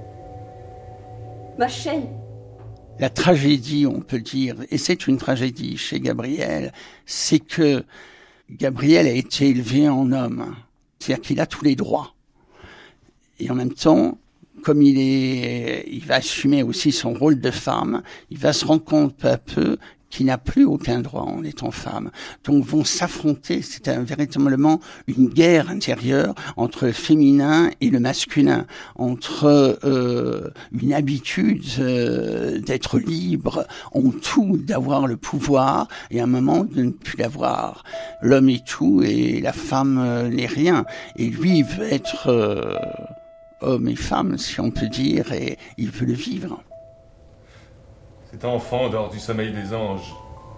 ma chaîne. La tragédie, on peut dire, et c'est une tragédie chez Gabriel, c'est que Gabriel a été élevé en homme. C'est-à-dire qu'il a tous les droits. Et en même temps, comme il va assumer aussi son rôle de femme, il va se rendre compte peu à peu qui n'a plus aucun droit en étant femme. Donc vont s'affronter, c'est véritablement une guerre intérieure entre le féminin et le masculin, entre une habitude d'être libre, en tout, d'avoir le pouvoir, et un moment de ne plus l'avoir. L'homme est tout et la femme n'est rien. Et lui, il veut être homme et femme, si on peut dire, et il veut le vivre. Cet enfant dort du sommeil des anges.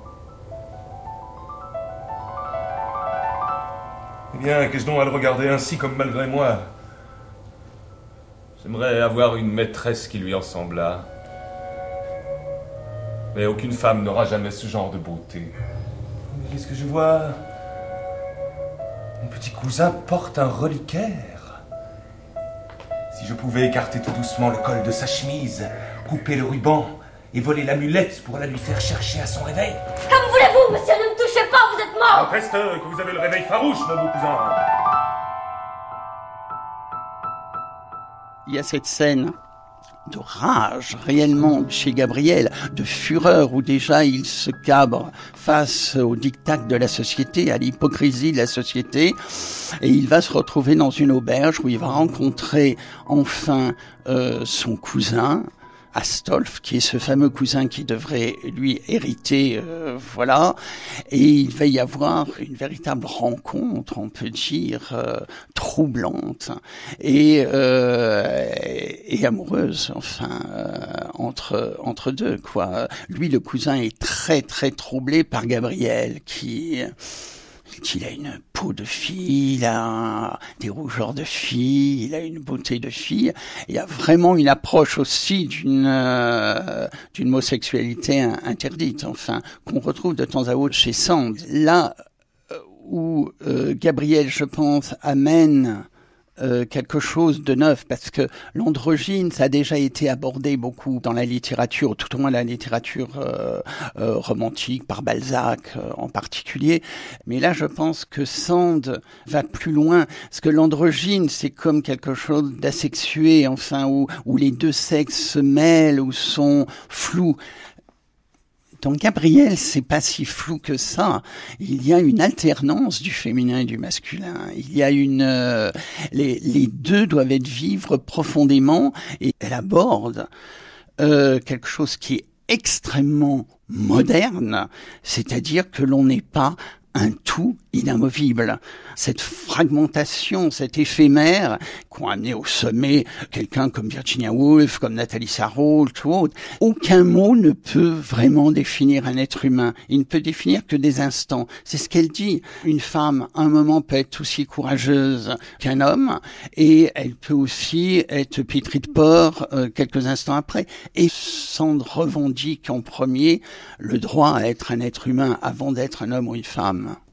Eh bien, qu'est-ce donc à le regarder ainsi comme malgré moi? J'aimerais avoir une maîtresse qui lui ressemblât. Mais aucune femme n'aura jamais ce genre de beauté. Qu'est-ce que je vois? Mon petit cousin porte un reliquaire. Si je pouvais écarter tout doucement le col de sa chemise, couper le ruban et voler l'amulette pour la lui faire chercher à son réveil. Comme voulez-vous, monsieur, ne me touchez pas, vous êtes mort! Ah, peste, que vous avez le réveil farouche, mon beau cousin. Il y a cette scène de rage, réellement, chez Gabriel, de fureur, où déjà il se cabre face au diktat de la société, à l'hypocrisie de la société, et il va se retrouver dans une auberge où il va rencontrer enfin son cousin, Astolphe, qui est ce fameux cousin qui devrait lui hériter, voilà, et il va y avoir une véritable rencontre, on peut dire, troublante et amoureuse, enfin, entre deux, quoi. Lui, le cousin, est très très troublé par Gabriel, qu'il a une peau de fille, il a des rougeurs de fille, il a une beauté de fille. Il y a vraiment une approche aussi d'une homosexualité interdite, enfin, qu'on retrouve de temps à autre chez Sand. Là où Gabriel, je pense, amène quelque chose de neuf, parce que l'androgyne, ça a déjà été abordé beaucoup dans la littérature, tout au moins la littérature romantique, par Balzac en particulier. Mais là, je pense que Sand va plus loin, parce que l'androgyne, c'est comme quelque chose d'asexué, enfin, où les deux sexes se mêlent, ou sont flous. Dans Gabriel, c'est pas si flou que ça. Il y a une alternance du féminin et du masculin. Il y a les deux doivent être vivre profondément, et elle aborde quelque chose qui est extrêmement moderne, c'est-à-dire que l'on n'est pas un tout inamovible. Cette fragmentation, cet éphémère qu'ont amené au sommet quelqu'un comme Virginia Woolf, comme Nathalie Sarraute, tout autre. Aucun mot ne peut vraiment définir un être humain. Il ne peut définir que des instants. C'est ce qu'elle dit. Une femme, à un moment, peut être aussi courageuse qu'un homme, et elle peut aussi être pétrie de peur quelques instants après. Et Sand revendique en premier le droit à être un être humain avant d'être un homme ou une femme.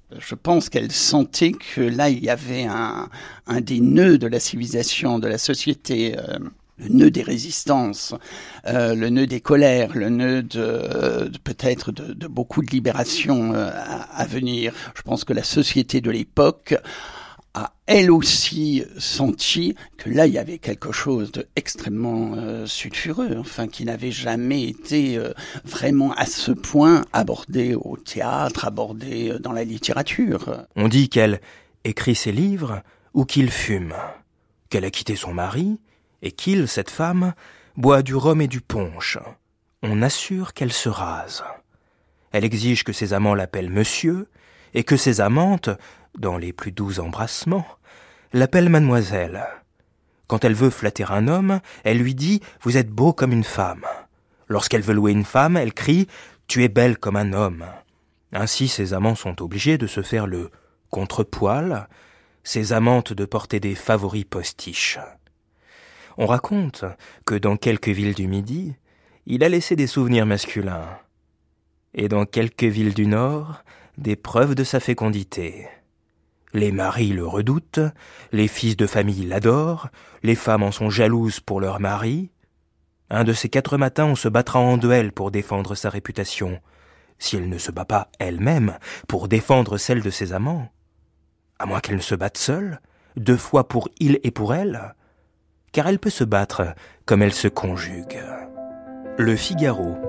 Je pense qu'elle sentait que là, il y avait un des nœuds de la civilisation, de la société, le nœud des résistances, le nœud des colères, le nœud peut-être de beaucoup de libérations à venir. Je pense que la société de l'époque a elle aussi senti que là il y avait quelque chose d'extrêmement sulfureux, enfin qui n'avait jamais été vraiment à ce point abordé au théâtre, abordé dans la littérature. On dit qu'elle écrit ses livres ou qu'il fume, qu'elle a quitté son mari et qu'il, cette femme, boit du rhum et du punch. On assure qu'elle se rase. Elle exige que ses amants l'appellent monsieur et que ses amantes, dans les plus doux embrassements, l'appelle mademoiselle. Quand elle veut flatter un homme, elle lui dit « Vous êtes beau comme une femme ». Lorsqu'elle veut louer une femme, elle crie « Tu es belle comme un homme ». Ainsi, ses amants sont obligés de se faire le contrepoil, ses amantes de porter des favoris postiches. On raconte que dans quelques villes du Midi, il a laissé des souvenirs masculins, et dans quelques villes du Nord, des preuves de sa fécondité. Les maris le redoutent, les fils de famille l'adorent, les femmes en sont jalouses pour leur mari. Un de ces 4 matins, on se battra en duel pour défendre sa réputation, si elle ne se bat pas elle-même pour défendre celle de ses amants. À moins qu'elle ne se batte seule, 2 fois pour il et pour elle, car elle peut se battre comme elle se conjugue. Le Figaro.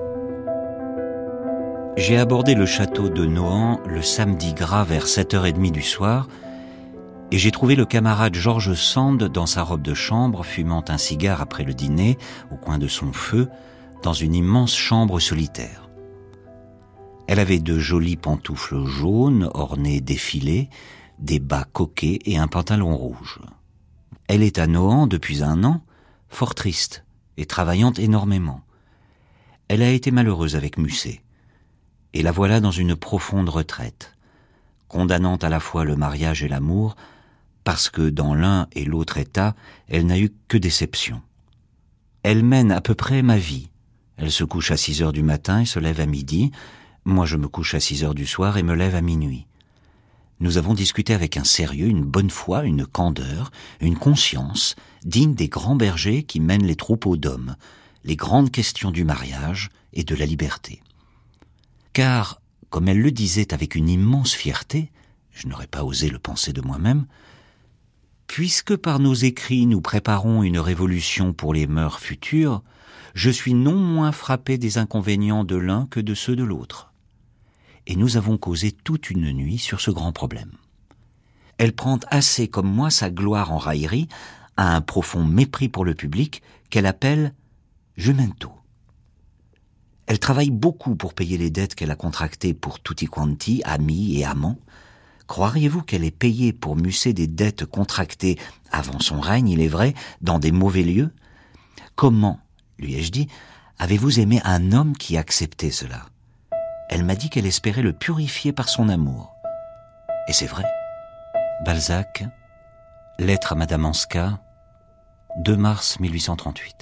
J'ai abordé le château de Nohant le samedi gras vers 7h30 du soir et j'ai trouvé le camarade George Sand dans sa robe de chambre, fumant un cigare après le dîner, au coin de son feu, dans une immense chambre solitaire. Elle avait de jolies pantoufles jaunes, ornées d'effilés, des bas coquets et un pantalon rouge. Elle est à Nohant depuis 1 an, fort triste et travaillant énormément. Elle a été malheureuse avec Musset. Et la voilà dans une profonde retraite, condamnant à la fois le mariage et l'amour, parce que dans l'un et l'autre état, elle n'a eu que déception. Elle mène à peu près ma vie. Elle se couche à 6h du matin et se lève à midi. Moi, je me couche à 6h du soir et me lève à minuit. Nous avons discuté avec un sérieux, une bonne foi, une candeur, une conscience, digne des grands bergers qui mènent les troupeaux d'hommes, les grandes questions du mariage et de la liberté. Car, comme elle le disait avec une immense fierté, je n'aurais pas osé le penser de moi-même, puisque par nos écrits nous préparons une révolution pour les mœurs futures, je suis non moins frappé des inconvénients de l'un que de ceux de l'autre. Et nous avons causé toute une nuit sur ce grand problème. Elle prend assez comme moi sa gloire en raillerie, à un profond mépris pour le public, qu'elle appelle « jumento ». Elle travaille beaucoup pour payer les dettes qu'elle a contractées pour tutti quanti, amis et amants. Croiriez-vous qu'elle ait payé pour Musset des dettes contractées avant son règne, il est vrai, dans des mauvais lieux ? Comment, lui ai-je dit, avez-vous aimé un homme qui acceptait cela ? Elle m'a dit qu'elle espérait le purifier par son amour. Et c'est vrai. Balzac, lettre à Madame Anska, 2 mars 1838.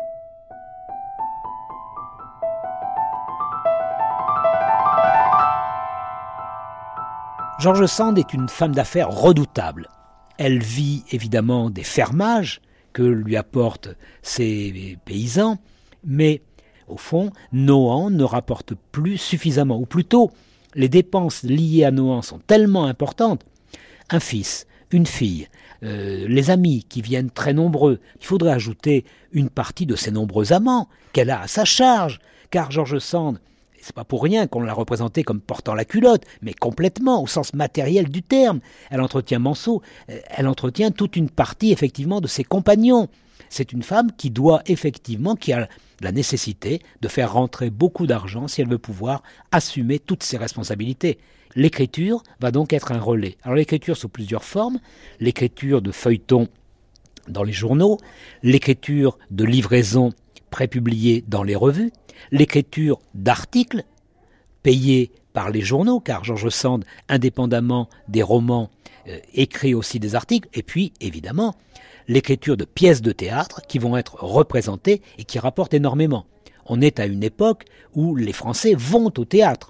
George Sand est une femme d'affaires redoutable. Elle vit évidemment des fermages que lui apportent ses paysans, mais au fond, Nohant ne rapporte plus suffisamment, ou plutôt, les dépenses liées à Nohant sont tellement importantes. Un fils, une fille, les amis qui viennent très nombreux, il faudrait ajouter une partie de ses nombreux amants qu'elle a à sa charge, car George Sand, c'est pas pour rien qu'on l'a représentée comme portant la culotte, mais complètement, au sens matériel du terme. Elle entretient Manceau, elle entretient toute une partie, effectivement, de ses compagnons. C'est une femme qui a la nécessité de faire rentrer beaucoup d'argent si elle veut pouvoir assumer toutes ses responsabilités. L'écriture va donc être un relais. Alors l'écriture sous plusieurs formes, l'écriture de feuilletons dans les journaux, l'écriture de livraisons prépubliées dans les revues, l'écriture d'articles payés par les journaux, car George Sand, indépendamment des romans, écrit aussi des articles, et puis, évidemment, l'écriture de pièces de théâtre qui vont être représentées et qui rapportent énormément. On est à une époque où les Français vont au théâtre.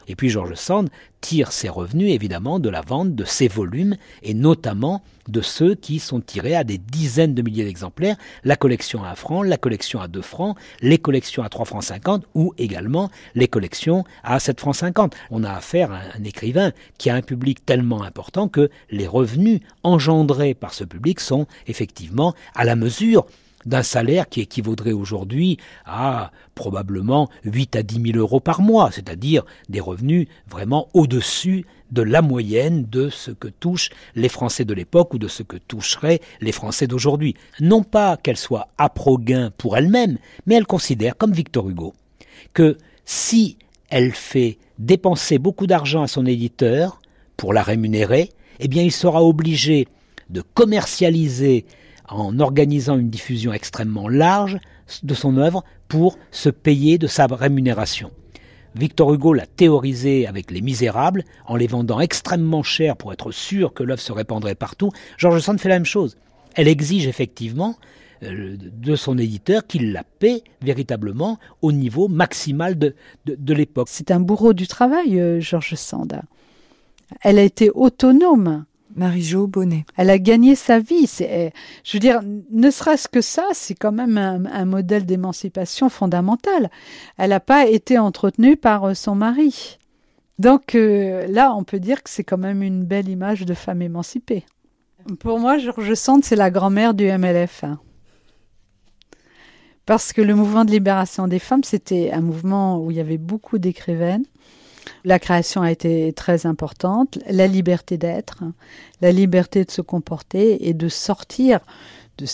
Et puis George Sand tire ses revenus évidemment de la vente de ses volumes et notamment de ceux qui sont tirés à des dizaines de milliers d'exemplaires, la collection à 1 franc, la collection à 2 francs, les collections à 3 francs 50 ou également les collections à 7 francs 50. On a affaire à un écrivain qui a un public tellement important que les revenus engendrés par ce public sont effectivement à la mesure d'un salaire qui équivaudrait aujourd'hui à probablement 8 à 10 000 euros par mois, c'est-à-dire des revenus vraiment au-dessus de la moyenne de ce que touchent les Français de l'époque ou de ce que toucheraient les Français d'aujourd'hui. Non pas qu'elle soit à pro-gain pour elle-même, mais elle considère, comme Victor Hugo, que si elle fait dépenser beaucoup d'argent à son éditeur pour la rémunérer, eh bien il sera obligé de commercialiser en organisant une diffusion extrêmement large de son œuvre pour se payer de sa rémunération. Victor Hugo l'a théorisé avec Les Misérables, en les vendant extrêmement cher pour être sûr que l'œuvre se répandrait partout. George Sand fait la même chose. Elle exige effectivement de son éditeur qu'il la paie véritablement au niveau maximal de l'époque. C'est un bourreau du travail, George Sand. Elle a été autonome. Marie-Jo Bonnet. Elle a gagné sa vie. Je veux dire, ne serait-ce que ça, c'est quand même un modèle d'émancipation fondamental. Elle n'a pas été entretenue par son mari. Donc là, on peut dire que c'est quand même une belle image de femme émancipée. Pour moi, George Sand, c'est la grand-mère du MLF. Parce que le mouvement de libération des femmes, c'était un mouvement où il y avait beaucoup d'écrivaines. La création a été très importante, la liberté d'être, la liberté de se comporter et de sortir de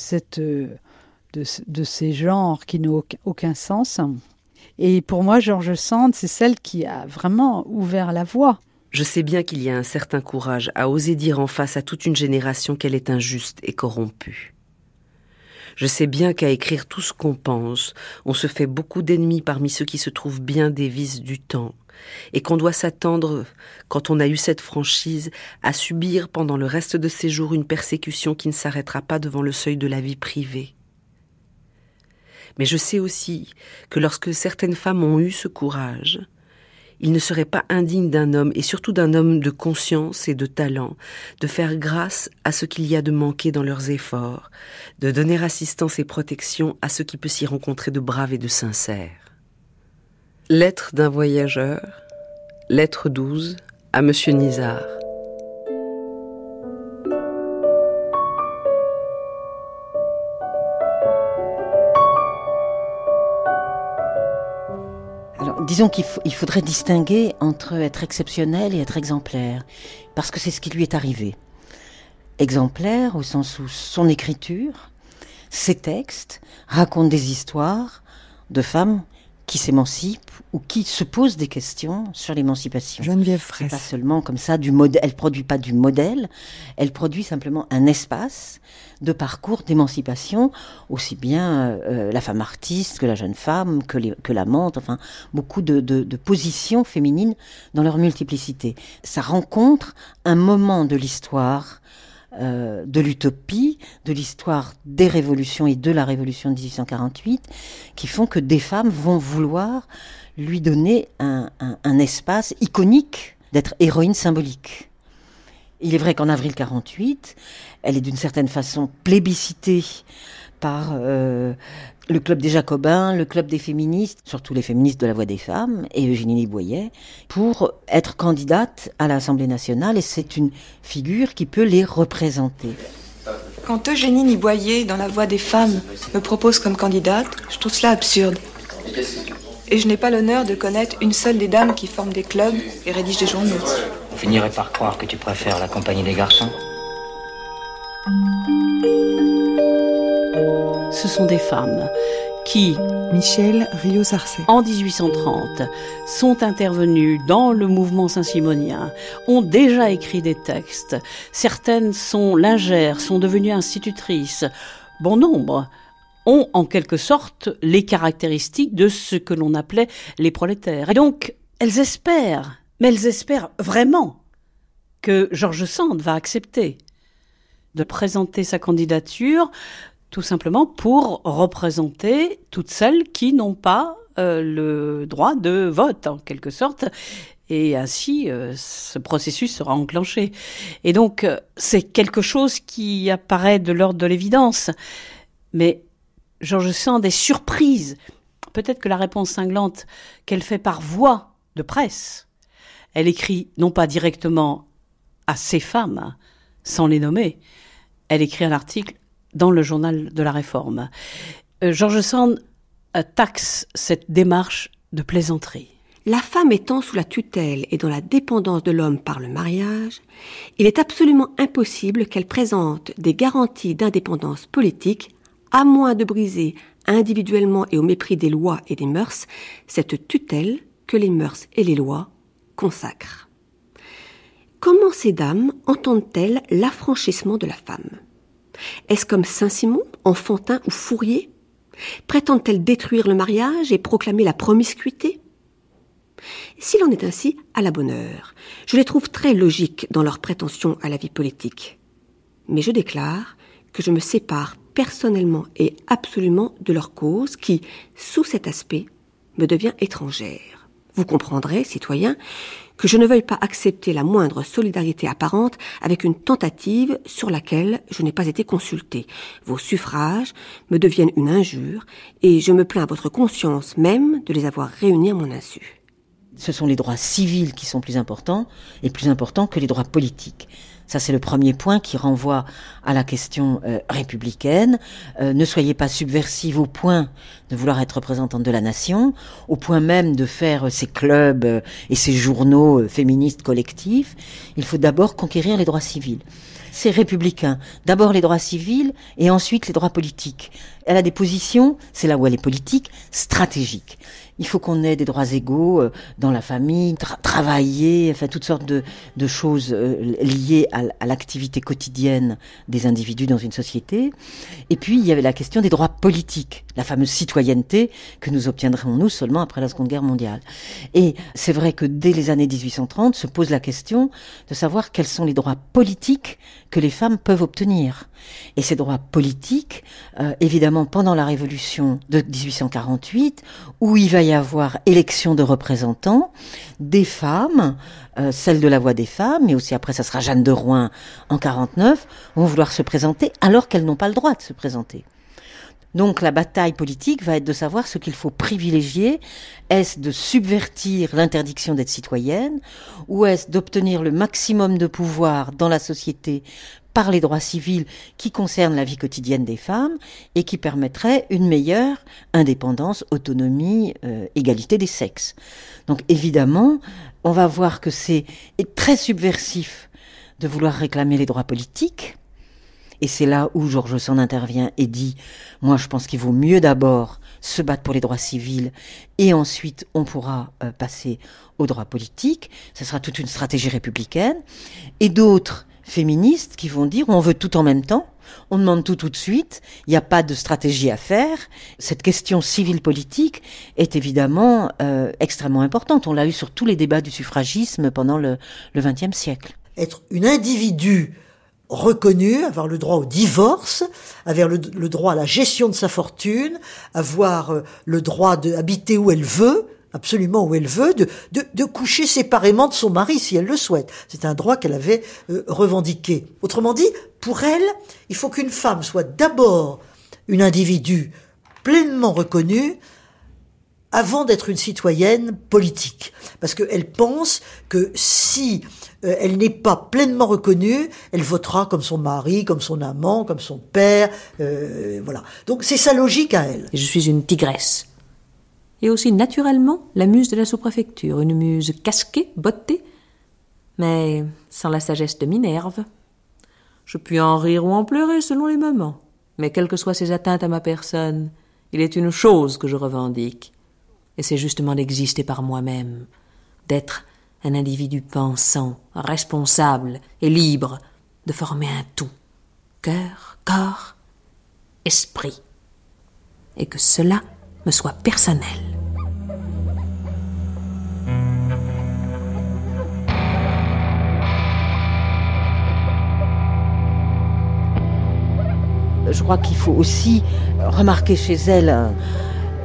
ces genres qui n'ont aucun sens. Et pour moi, George Sand, c'est celle qui a vraiment ouvert la voie. Je sais bien qu'il y a un certain courage à oser dire en face à toute une génération qu'elle est injuste et corrompue. Je sais bien qu'à écrire tout ce qu'on pense, on se fait beaucoup d'ennemis parmi ceux qui se trouvent bien des vices du temps, et qu'on doit s'attendre, quand on a eu cette franchise, à subir pendant le reste de ses jours une persécution qui ne s'arrêtera pas devant le seuil de la vie privée. Mais je sais aussi que lorsque certaines femmes ont eu ce courage, il ne serait pas indigne d'un homme, et surtout d'un homme de conscience et de talent, de faire grâce à ce qu'il y a de manqué dans leurs efforts, de donner assistance et protection à ce qui peut s'y rencontrer de brave et de sincère. Lettre d'un voyageur, lettre 12, à Monsieur Nizar. Alors, disons qu'il faudrait distinguer entre être exceptionnel et être exemplaire, parce que c'est ce qui lui est arrivé. Exemplaire au sens où son écriture, ses textes, racontent des histoires de femmes qui s'émancipent ou qui se posent des questions sur l'émancipation. Geneviève Fraisse. C'est pas seulement comme ça du modèle. Elle produit pas du modèle. Elle produit simplement un espace de parcours d'émancipation, aussi bien la femme artiste que la jeune femme, que l'amante, enfin beaucoup de positions féminines dans leur multiplicité. Ça rencontre un moment de l'histoire. De l'utopie, de l'histoire des révolutions et de la révolution de 1848, qui font que des femmes vont vouloir lui donner un espace iconique d'être héroïne symbolique. Il est vrai qu'en avril 48, elle est d'une certaine façon plébiscitée par le club des Jacobins, le club des féministes, surtout les féministes de la Voix des femmes, et Eugénie Boyer, pour être candidate à l'Assemblée nationale, et c'est une figure qui peut les représenter. Quand Eugénie Boyer, dans la Voix des femmes, me propose comme candidate, je trouve cela absurde. Et je n'ai pas l'honneur de connaître une seule des dames qui forment des clubs et rédigent des journaux. Vous finirez par croire que tu préfères la compagnie des garçons. Ce sont des femmes qui, Michel Rios-Arcet, en 1830, sont intervenues dans le mouvement saint-simonien, ont déjà écrit des textes. Certaines sont lingères, sont devenues institutrices. Bon nombre ont en quelque sorte les caractéristiques de ce que l'on appelait les prolétaires. Et donc, elles espèrent, mais elles espèrent vraiment que George Sand va accepter de présenter sa candidature tout simplement pour représenter toutes celles qui n'ont pas le droit de vote, en quelque sorte, Et ainsi, ce processus sera enclenché. Et donc, c'est quelque chose qui apparaît de l'ordre de l'évidence. Mais George Sand est surprise. Peut-être que la réponse cinglante qu'elle fait par voie de presse, elle écrit non pas directement à ces femmes, sans les nommer, elle écrit un article dans le journal de la Réforme. George Sand taxe cette démarche de plaisanterie. La femme étant sous la tutelle et dans la dépendance de l'homme par le mariage, il est absolument impossible qu'elle présente des garanties d'indépendance politique, à moins de briser individuellement et au mépris des lois et des mœurs cette tutelle que les mœurs et les lois consacrent. Comment ces dames entendent-elles l'affranchissement de la femme ? Est-ce comme Saint-Simon, Enfantin ou Fourier ? Prétendent-elles détruire le mariage et proclamer la promiscuité ? S'il en est ainsi, à la bonne heure, je les trouve très logiques dans leur prétention à la vie politique. Mais je déclare que je me sépare personnellement et absolument de leur cause qui, sous cet aspect, me devient étrangère. Vous comprendrez, citoyens, que je ne veuille pas accepter la moindre solidarité apparente avec une tentative sur laquelle je n'ai pas été consultée. Vos suffrages me deviennent une injure et je me plains à votre conscience même de les avoir réunis à mon insu. Ce sont les droits civils qui sont plus importants que les droits politiques. Ça, c'est le premier point qui renvoie à la question républicaine. Ne soyez pas subversive au point de vouloir être représentante de la nation, au point même de faire ces clubs et ces journaux féministes collectifs. Il faut d'abord conquérir les droits civils. C'est républicain. D'abord les droits civils et ensuite les droits politiques. Elle a des positions, c'est là où elle est politique, stratégiques. Il faut qu'on ait des droits égaux dans la famille, travailler, enfin toutes sortes de choses liées à l'activité quotidienne des individus dans une société. Et puis il y avait la question des droits politiques, la fameuse citoyenneté que nous obtiendrons nous seulement après la Seconde Guerre mondiale. Et c'est vrai que dès les années 1830 se pose la question de savoir quels sont les droits politiques que les femmes peuvent obtenir. Et ces droits politiques, évidemment pendant la Révolution de 1848, où il va y avoir élection de représentants, des femmes, celle de la Voix des femmes, mais aussi après ça sera Jeanne de Rouen en 49, vont vouloir se présenter alors qu'elles n'ont pas le droit de se présenter. Donc la bataille politique va être de savoir ce qu'il faut privilégier. Est-ce de subvertir l'interdiction d'être citoyenne ou est-ce d'obtenir le maximum de pouvoir dans la société par les droits civils qui concernent la vie quotidienne des femmes et qui permettraient une meilleure indépendance, autonomie, égalité des sexes. Donc évidemment, on va voir que c'est très subversif de vouloir réclamer les droits politiques. Et c'est là où George Sand intervient et dit « Moi, je pense qu'il vaut mieux d'abord se battre pour les droits civils et ensuite on pourra passer aux droits politiques. Ce sera toute une stratégie républicaine. » Et d'autres féministes qui vont dire « On veut tout en même temps, on demande tout de suite, il n'y a pas de stratégie à faire. » Cette question civile-politique est évidemment extrêmement importante. On l'a eu sur tous les débats du suffragisme pendant le XXe siècle. Être une individu reconnue, avoir le droit au divorce, avoir le droit à la gestion de sa fortune, avoir le droit d'habiter où elle veut, absolument où elle veut, de coucher séparément de son mari si elle le souhaite. C'est un droit qu'elle avait revendiqué. Autrement dit, pour elle, il faut qu'une femme soit d'abord une individu pleinement reconnue avant d'être une citoyenne politique. Parce qu'elle pense que si elle n'est pas pleinement reconnue, elle votera comme son mari, comme son amant, comme son père, voilà. Donc c'est sa logique à elle. Je suis une tigresse. Et aussi naturellement la muse de la sous-préfecture, une muse casquée, bottée, mais sans la sagesse de Minerve. Je puis en rire ou en pleurer selon les moments, mais quelles que soient ces atteintes à ma personne, il est une chose que je revendique, et c'est justement d'exister par moi-même, d'être un individu pensant, responsable et libre, de former un tout, cœur, corps, esprit, et que cela me soit personnel. Je crois qu'il faut aussi remarquer chez elle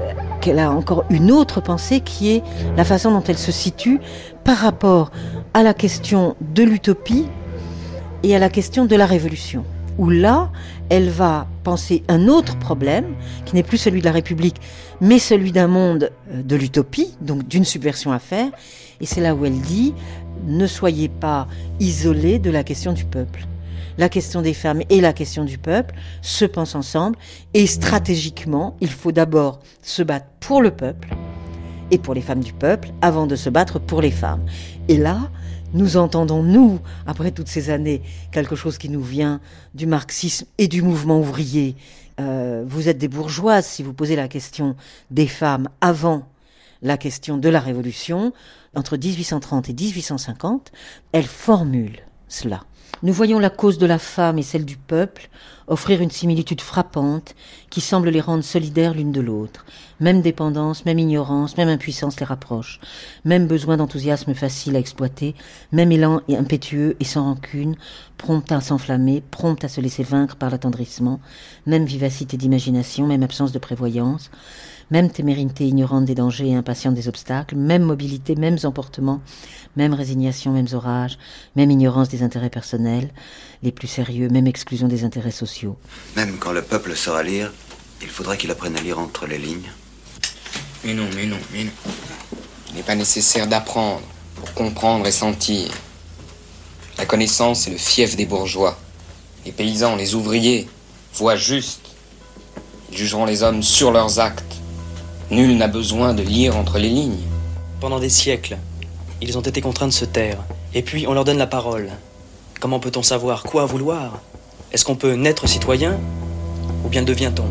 qu'elle a encore une autre pensée qui est la façon dont elle se situe par rapport à la question de l'utopie et à la question de la révolution. Où là, elle va penser un autre problème, qui n'est plus celui de la République, mais celui d'un monde de l'utopie, donc d'une subversion à faire. Et c'est là où elle dit, ne soyez pas isolés de la question du peuple. La question des femmes et la question du peuple se pensent ensemble, et stratégiquement, il faut d'abord se battre pour le peuple et pour les femmes du peuple, avant de se battre pour les femmes. Et là, nous entendons, nous, après toutes ces années, quelque chose qui nous vient du marxisme et du mouvement ouvrier. Vous êtes des bourgeoises si vous posez la question des femmes avant la question de la Révolution. Entre 1830 et 1850, elle formule cela. Nous voyons la cause de la femme et celle du peuple offrir une similitude frappante qui semble les rendre solidaires l'une de l'autre. Même dépendance, même ignorance, même impuissance les rapproche. Même besoin d'enthousiasme facile à exploiter, même élan et impétueux et sans rancune, prompt à s'enflammer, prompt à se laisser vaincre par l'attendrissement, même vivacité d'imagination, même absence de prévoyance, même témérité ignorante des dangers et impatiente des obstacles, même mobilité, mêmes emportements, même résignation, mêmes orages, même ignorance des intérêts personnels, les plus sérieux, même exclusion des intérêts sociaux. Même quand le peuple saura lire, il faudra qu'il apprenne à lire entre les lignes. Mais non. Il n'est pas nécessaire d'apprendre pour comprendre et sentir. La connaissance est le fief des bourgeois. Les paysans, les ouvriers, voient juste. Ils jugeront les hommes sur leurs actes. Nul n'a besoin de lire entre les lignes. Pendant des siècles, ils ont été contraints de se taire. Et puis, on leur donne la parole. Comment peut-on savoir quoi vouloir? Est-ce qu'on peut naître citoyen? Ou bien devient-on?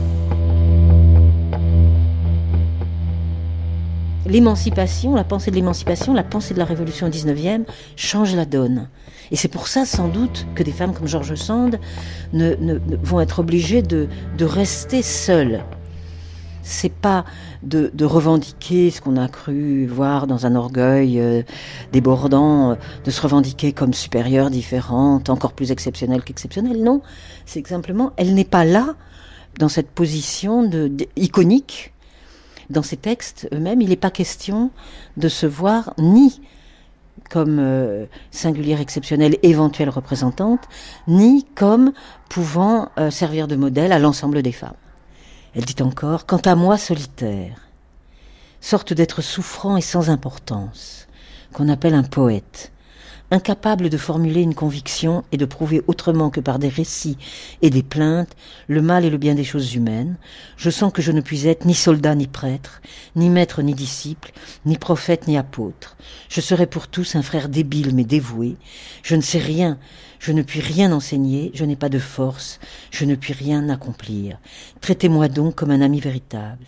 L'émancipation, la pensée de l'émancipation, la pensée de la révolution au 19e change la donne. Et c'est pour ça, sans doute, que des femmes comme George Sand vont être obligées de rester seules. C'est pas de revendiquer ce qu'on a cru voir dans un orgueil débordant, de se revendiquer comme supérieure, différente, encore plus exceptionnelle qu'exceptionnelle. Non, c'est simplement, elle n'est pas là, dans cette position iconique. Dans ces textes eux-mêmes, il n'est pas question de se voir ni comme singulière, exceptionnelle, éventuelle représentante, ni comme pouvant servir de modèle à l'ensemble des femmes. Elle dit encore, quant à moi solitaire, sorte d'être souffrant et sans importance, qu'on appelle un poète, incapable de formuler une conviction et de prouver autrement que par des récits et des plaintes le mal et le bien des choses humaines, je sens que je ne puis être ni soldat ni prêtre, ni maître ni disciple, ni prophète ni apôtre. Je serai pour tous un frère débile mais dévoué. Je ne sais rien, je ne puis rien enseigner, je n'ai pas de force, je ne puis rien accomplir. Traitez-moi donc comme un ami véritable.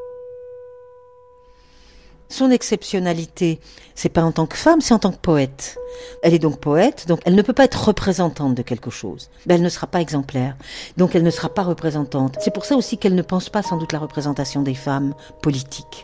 Son exceptionnalité, c'est pas en tant que femme, c'est en tant que poète. Elle est donc poète, donc elle ne peut pas être représentante de quelque chose. Ben, elle ne sera pas exemplaire, donc elle ne sera pas représentante. C'est pour ça aussi qu'elle ne pense pas sans doute la représentation des femmes politiques.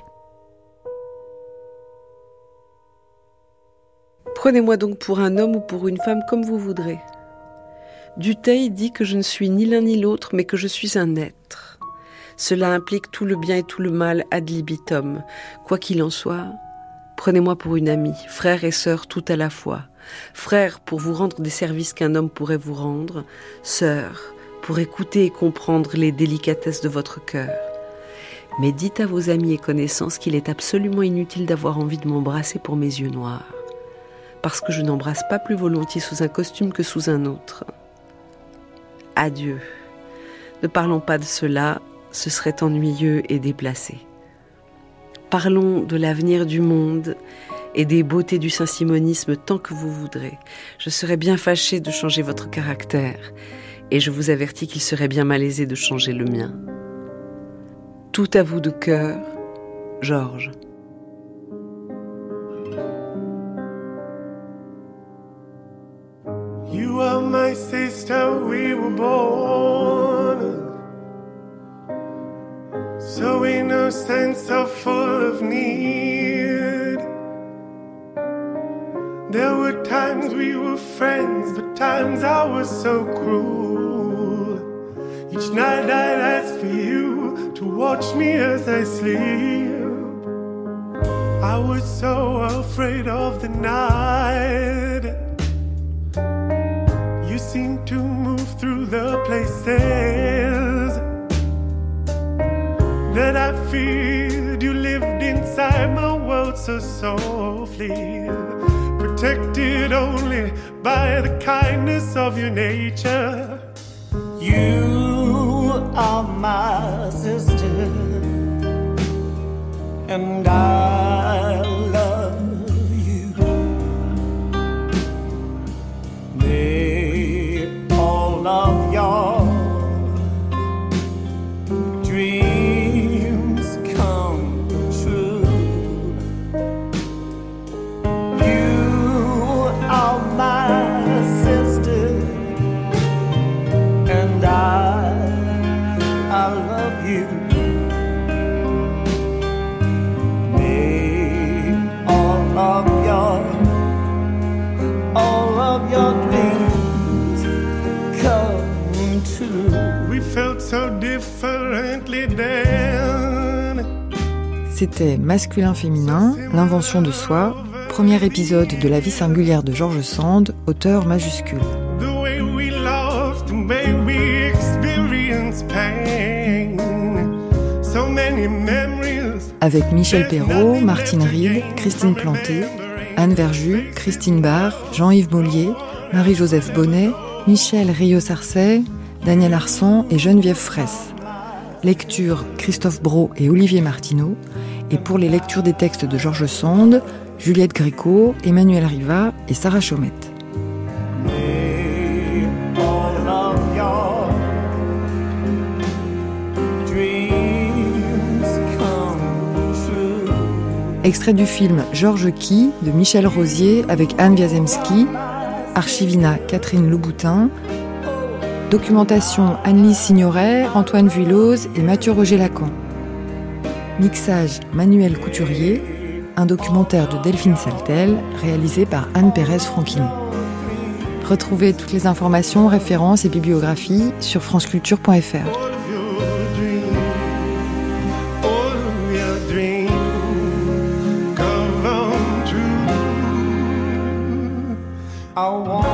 Prenez-moi donc pour un homme ou pour une femme comme vous voudrez. Dutheil dit que je ne suis ni l'un ni l'autre, mais que je suis un être. Cela implique tout le bien et tout le mal ad libitum. Quoi qu'il en soit, prenez-moi pour une amie, frère et sœur tout à la fois. Frère pour vous rendre des services qu'un homme pourrait vous rendre, sœur pour écouter et comprendre les délicatesses de votre cœur. Mais dites à vos amis et connaissances qu'il est absolument inutile d'avoir envie de m'embrasser pour mes yeux noirs, parce que je n'embrasse pas plus volontiers sous un costume que sous un autre. Adieu. Ne parlons pas de cela, ce serait ennuyeux et déplacé. Parlons de l'avenir du monde et des beautés du saint-simonisme tant que vous voudrez. Je serais bien fâchée de changer votre caractère, et je vous avertis qu'il serait bien malaisé de changer le mien. Tout à vous de cœur, Georges. You are my sister, we were born so innocent, so full of need. There were times we were friends, but times I was so cruel. Each night I'd ask for you to watch me as I sleep. I was so afraid of the night. You seemed to move through the places that I feared. You lived inside my world so softly, protected only by the kindness of your nature. You are my sister, and I love you. May all of your dreams come true. You are my sister, and I love you. May all of your dreams come true. We felt so differently then. C'était Masculin-Féminin, l'invention de soi, premier épisode de La vie singulière de George Sand, auteur majuscule. The way we loved, the way we experienced pain. So many memories. Avec Michel Perrault, Martine Reed, Christine Planté, Anne Verjus, Christine Barr, Jean-Yves Mollier, Marie-Joseph Bonnet, Michel Rio-Sarcey, Daniel Arson et Geneviève Fraisse. Lecture Christophe Brault et Olivier Martineau. Et pour les lectures des textes de George Sand, Juliette Gréco, Emmanuel Riva et Sarah Chaumette. Extrait du film Georges Qui de Michel Rosier avec Anne Wiazemski, Archivina Catherine Louboutin, documentation Anne-Lise Signoret, Antoine Vuilloz et Mathieu Roger-Lacan. Mixage Manuel Couturier, un documentaire de Delphine Saltel réalisé par Anne Pérez-Franchini. Retrouvez toutes les informations, références et bibliographies sur franceculture.fr. I want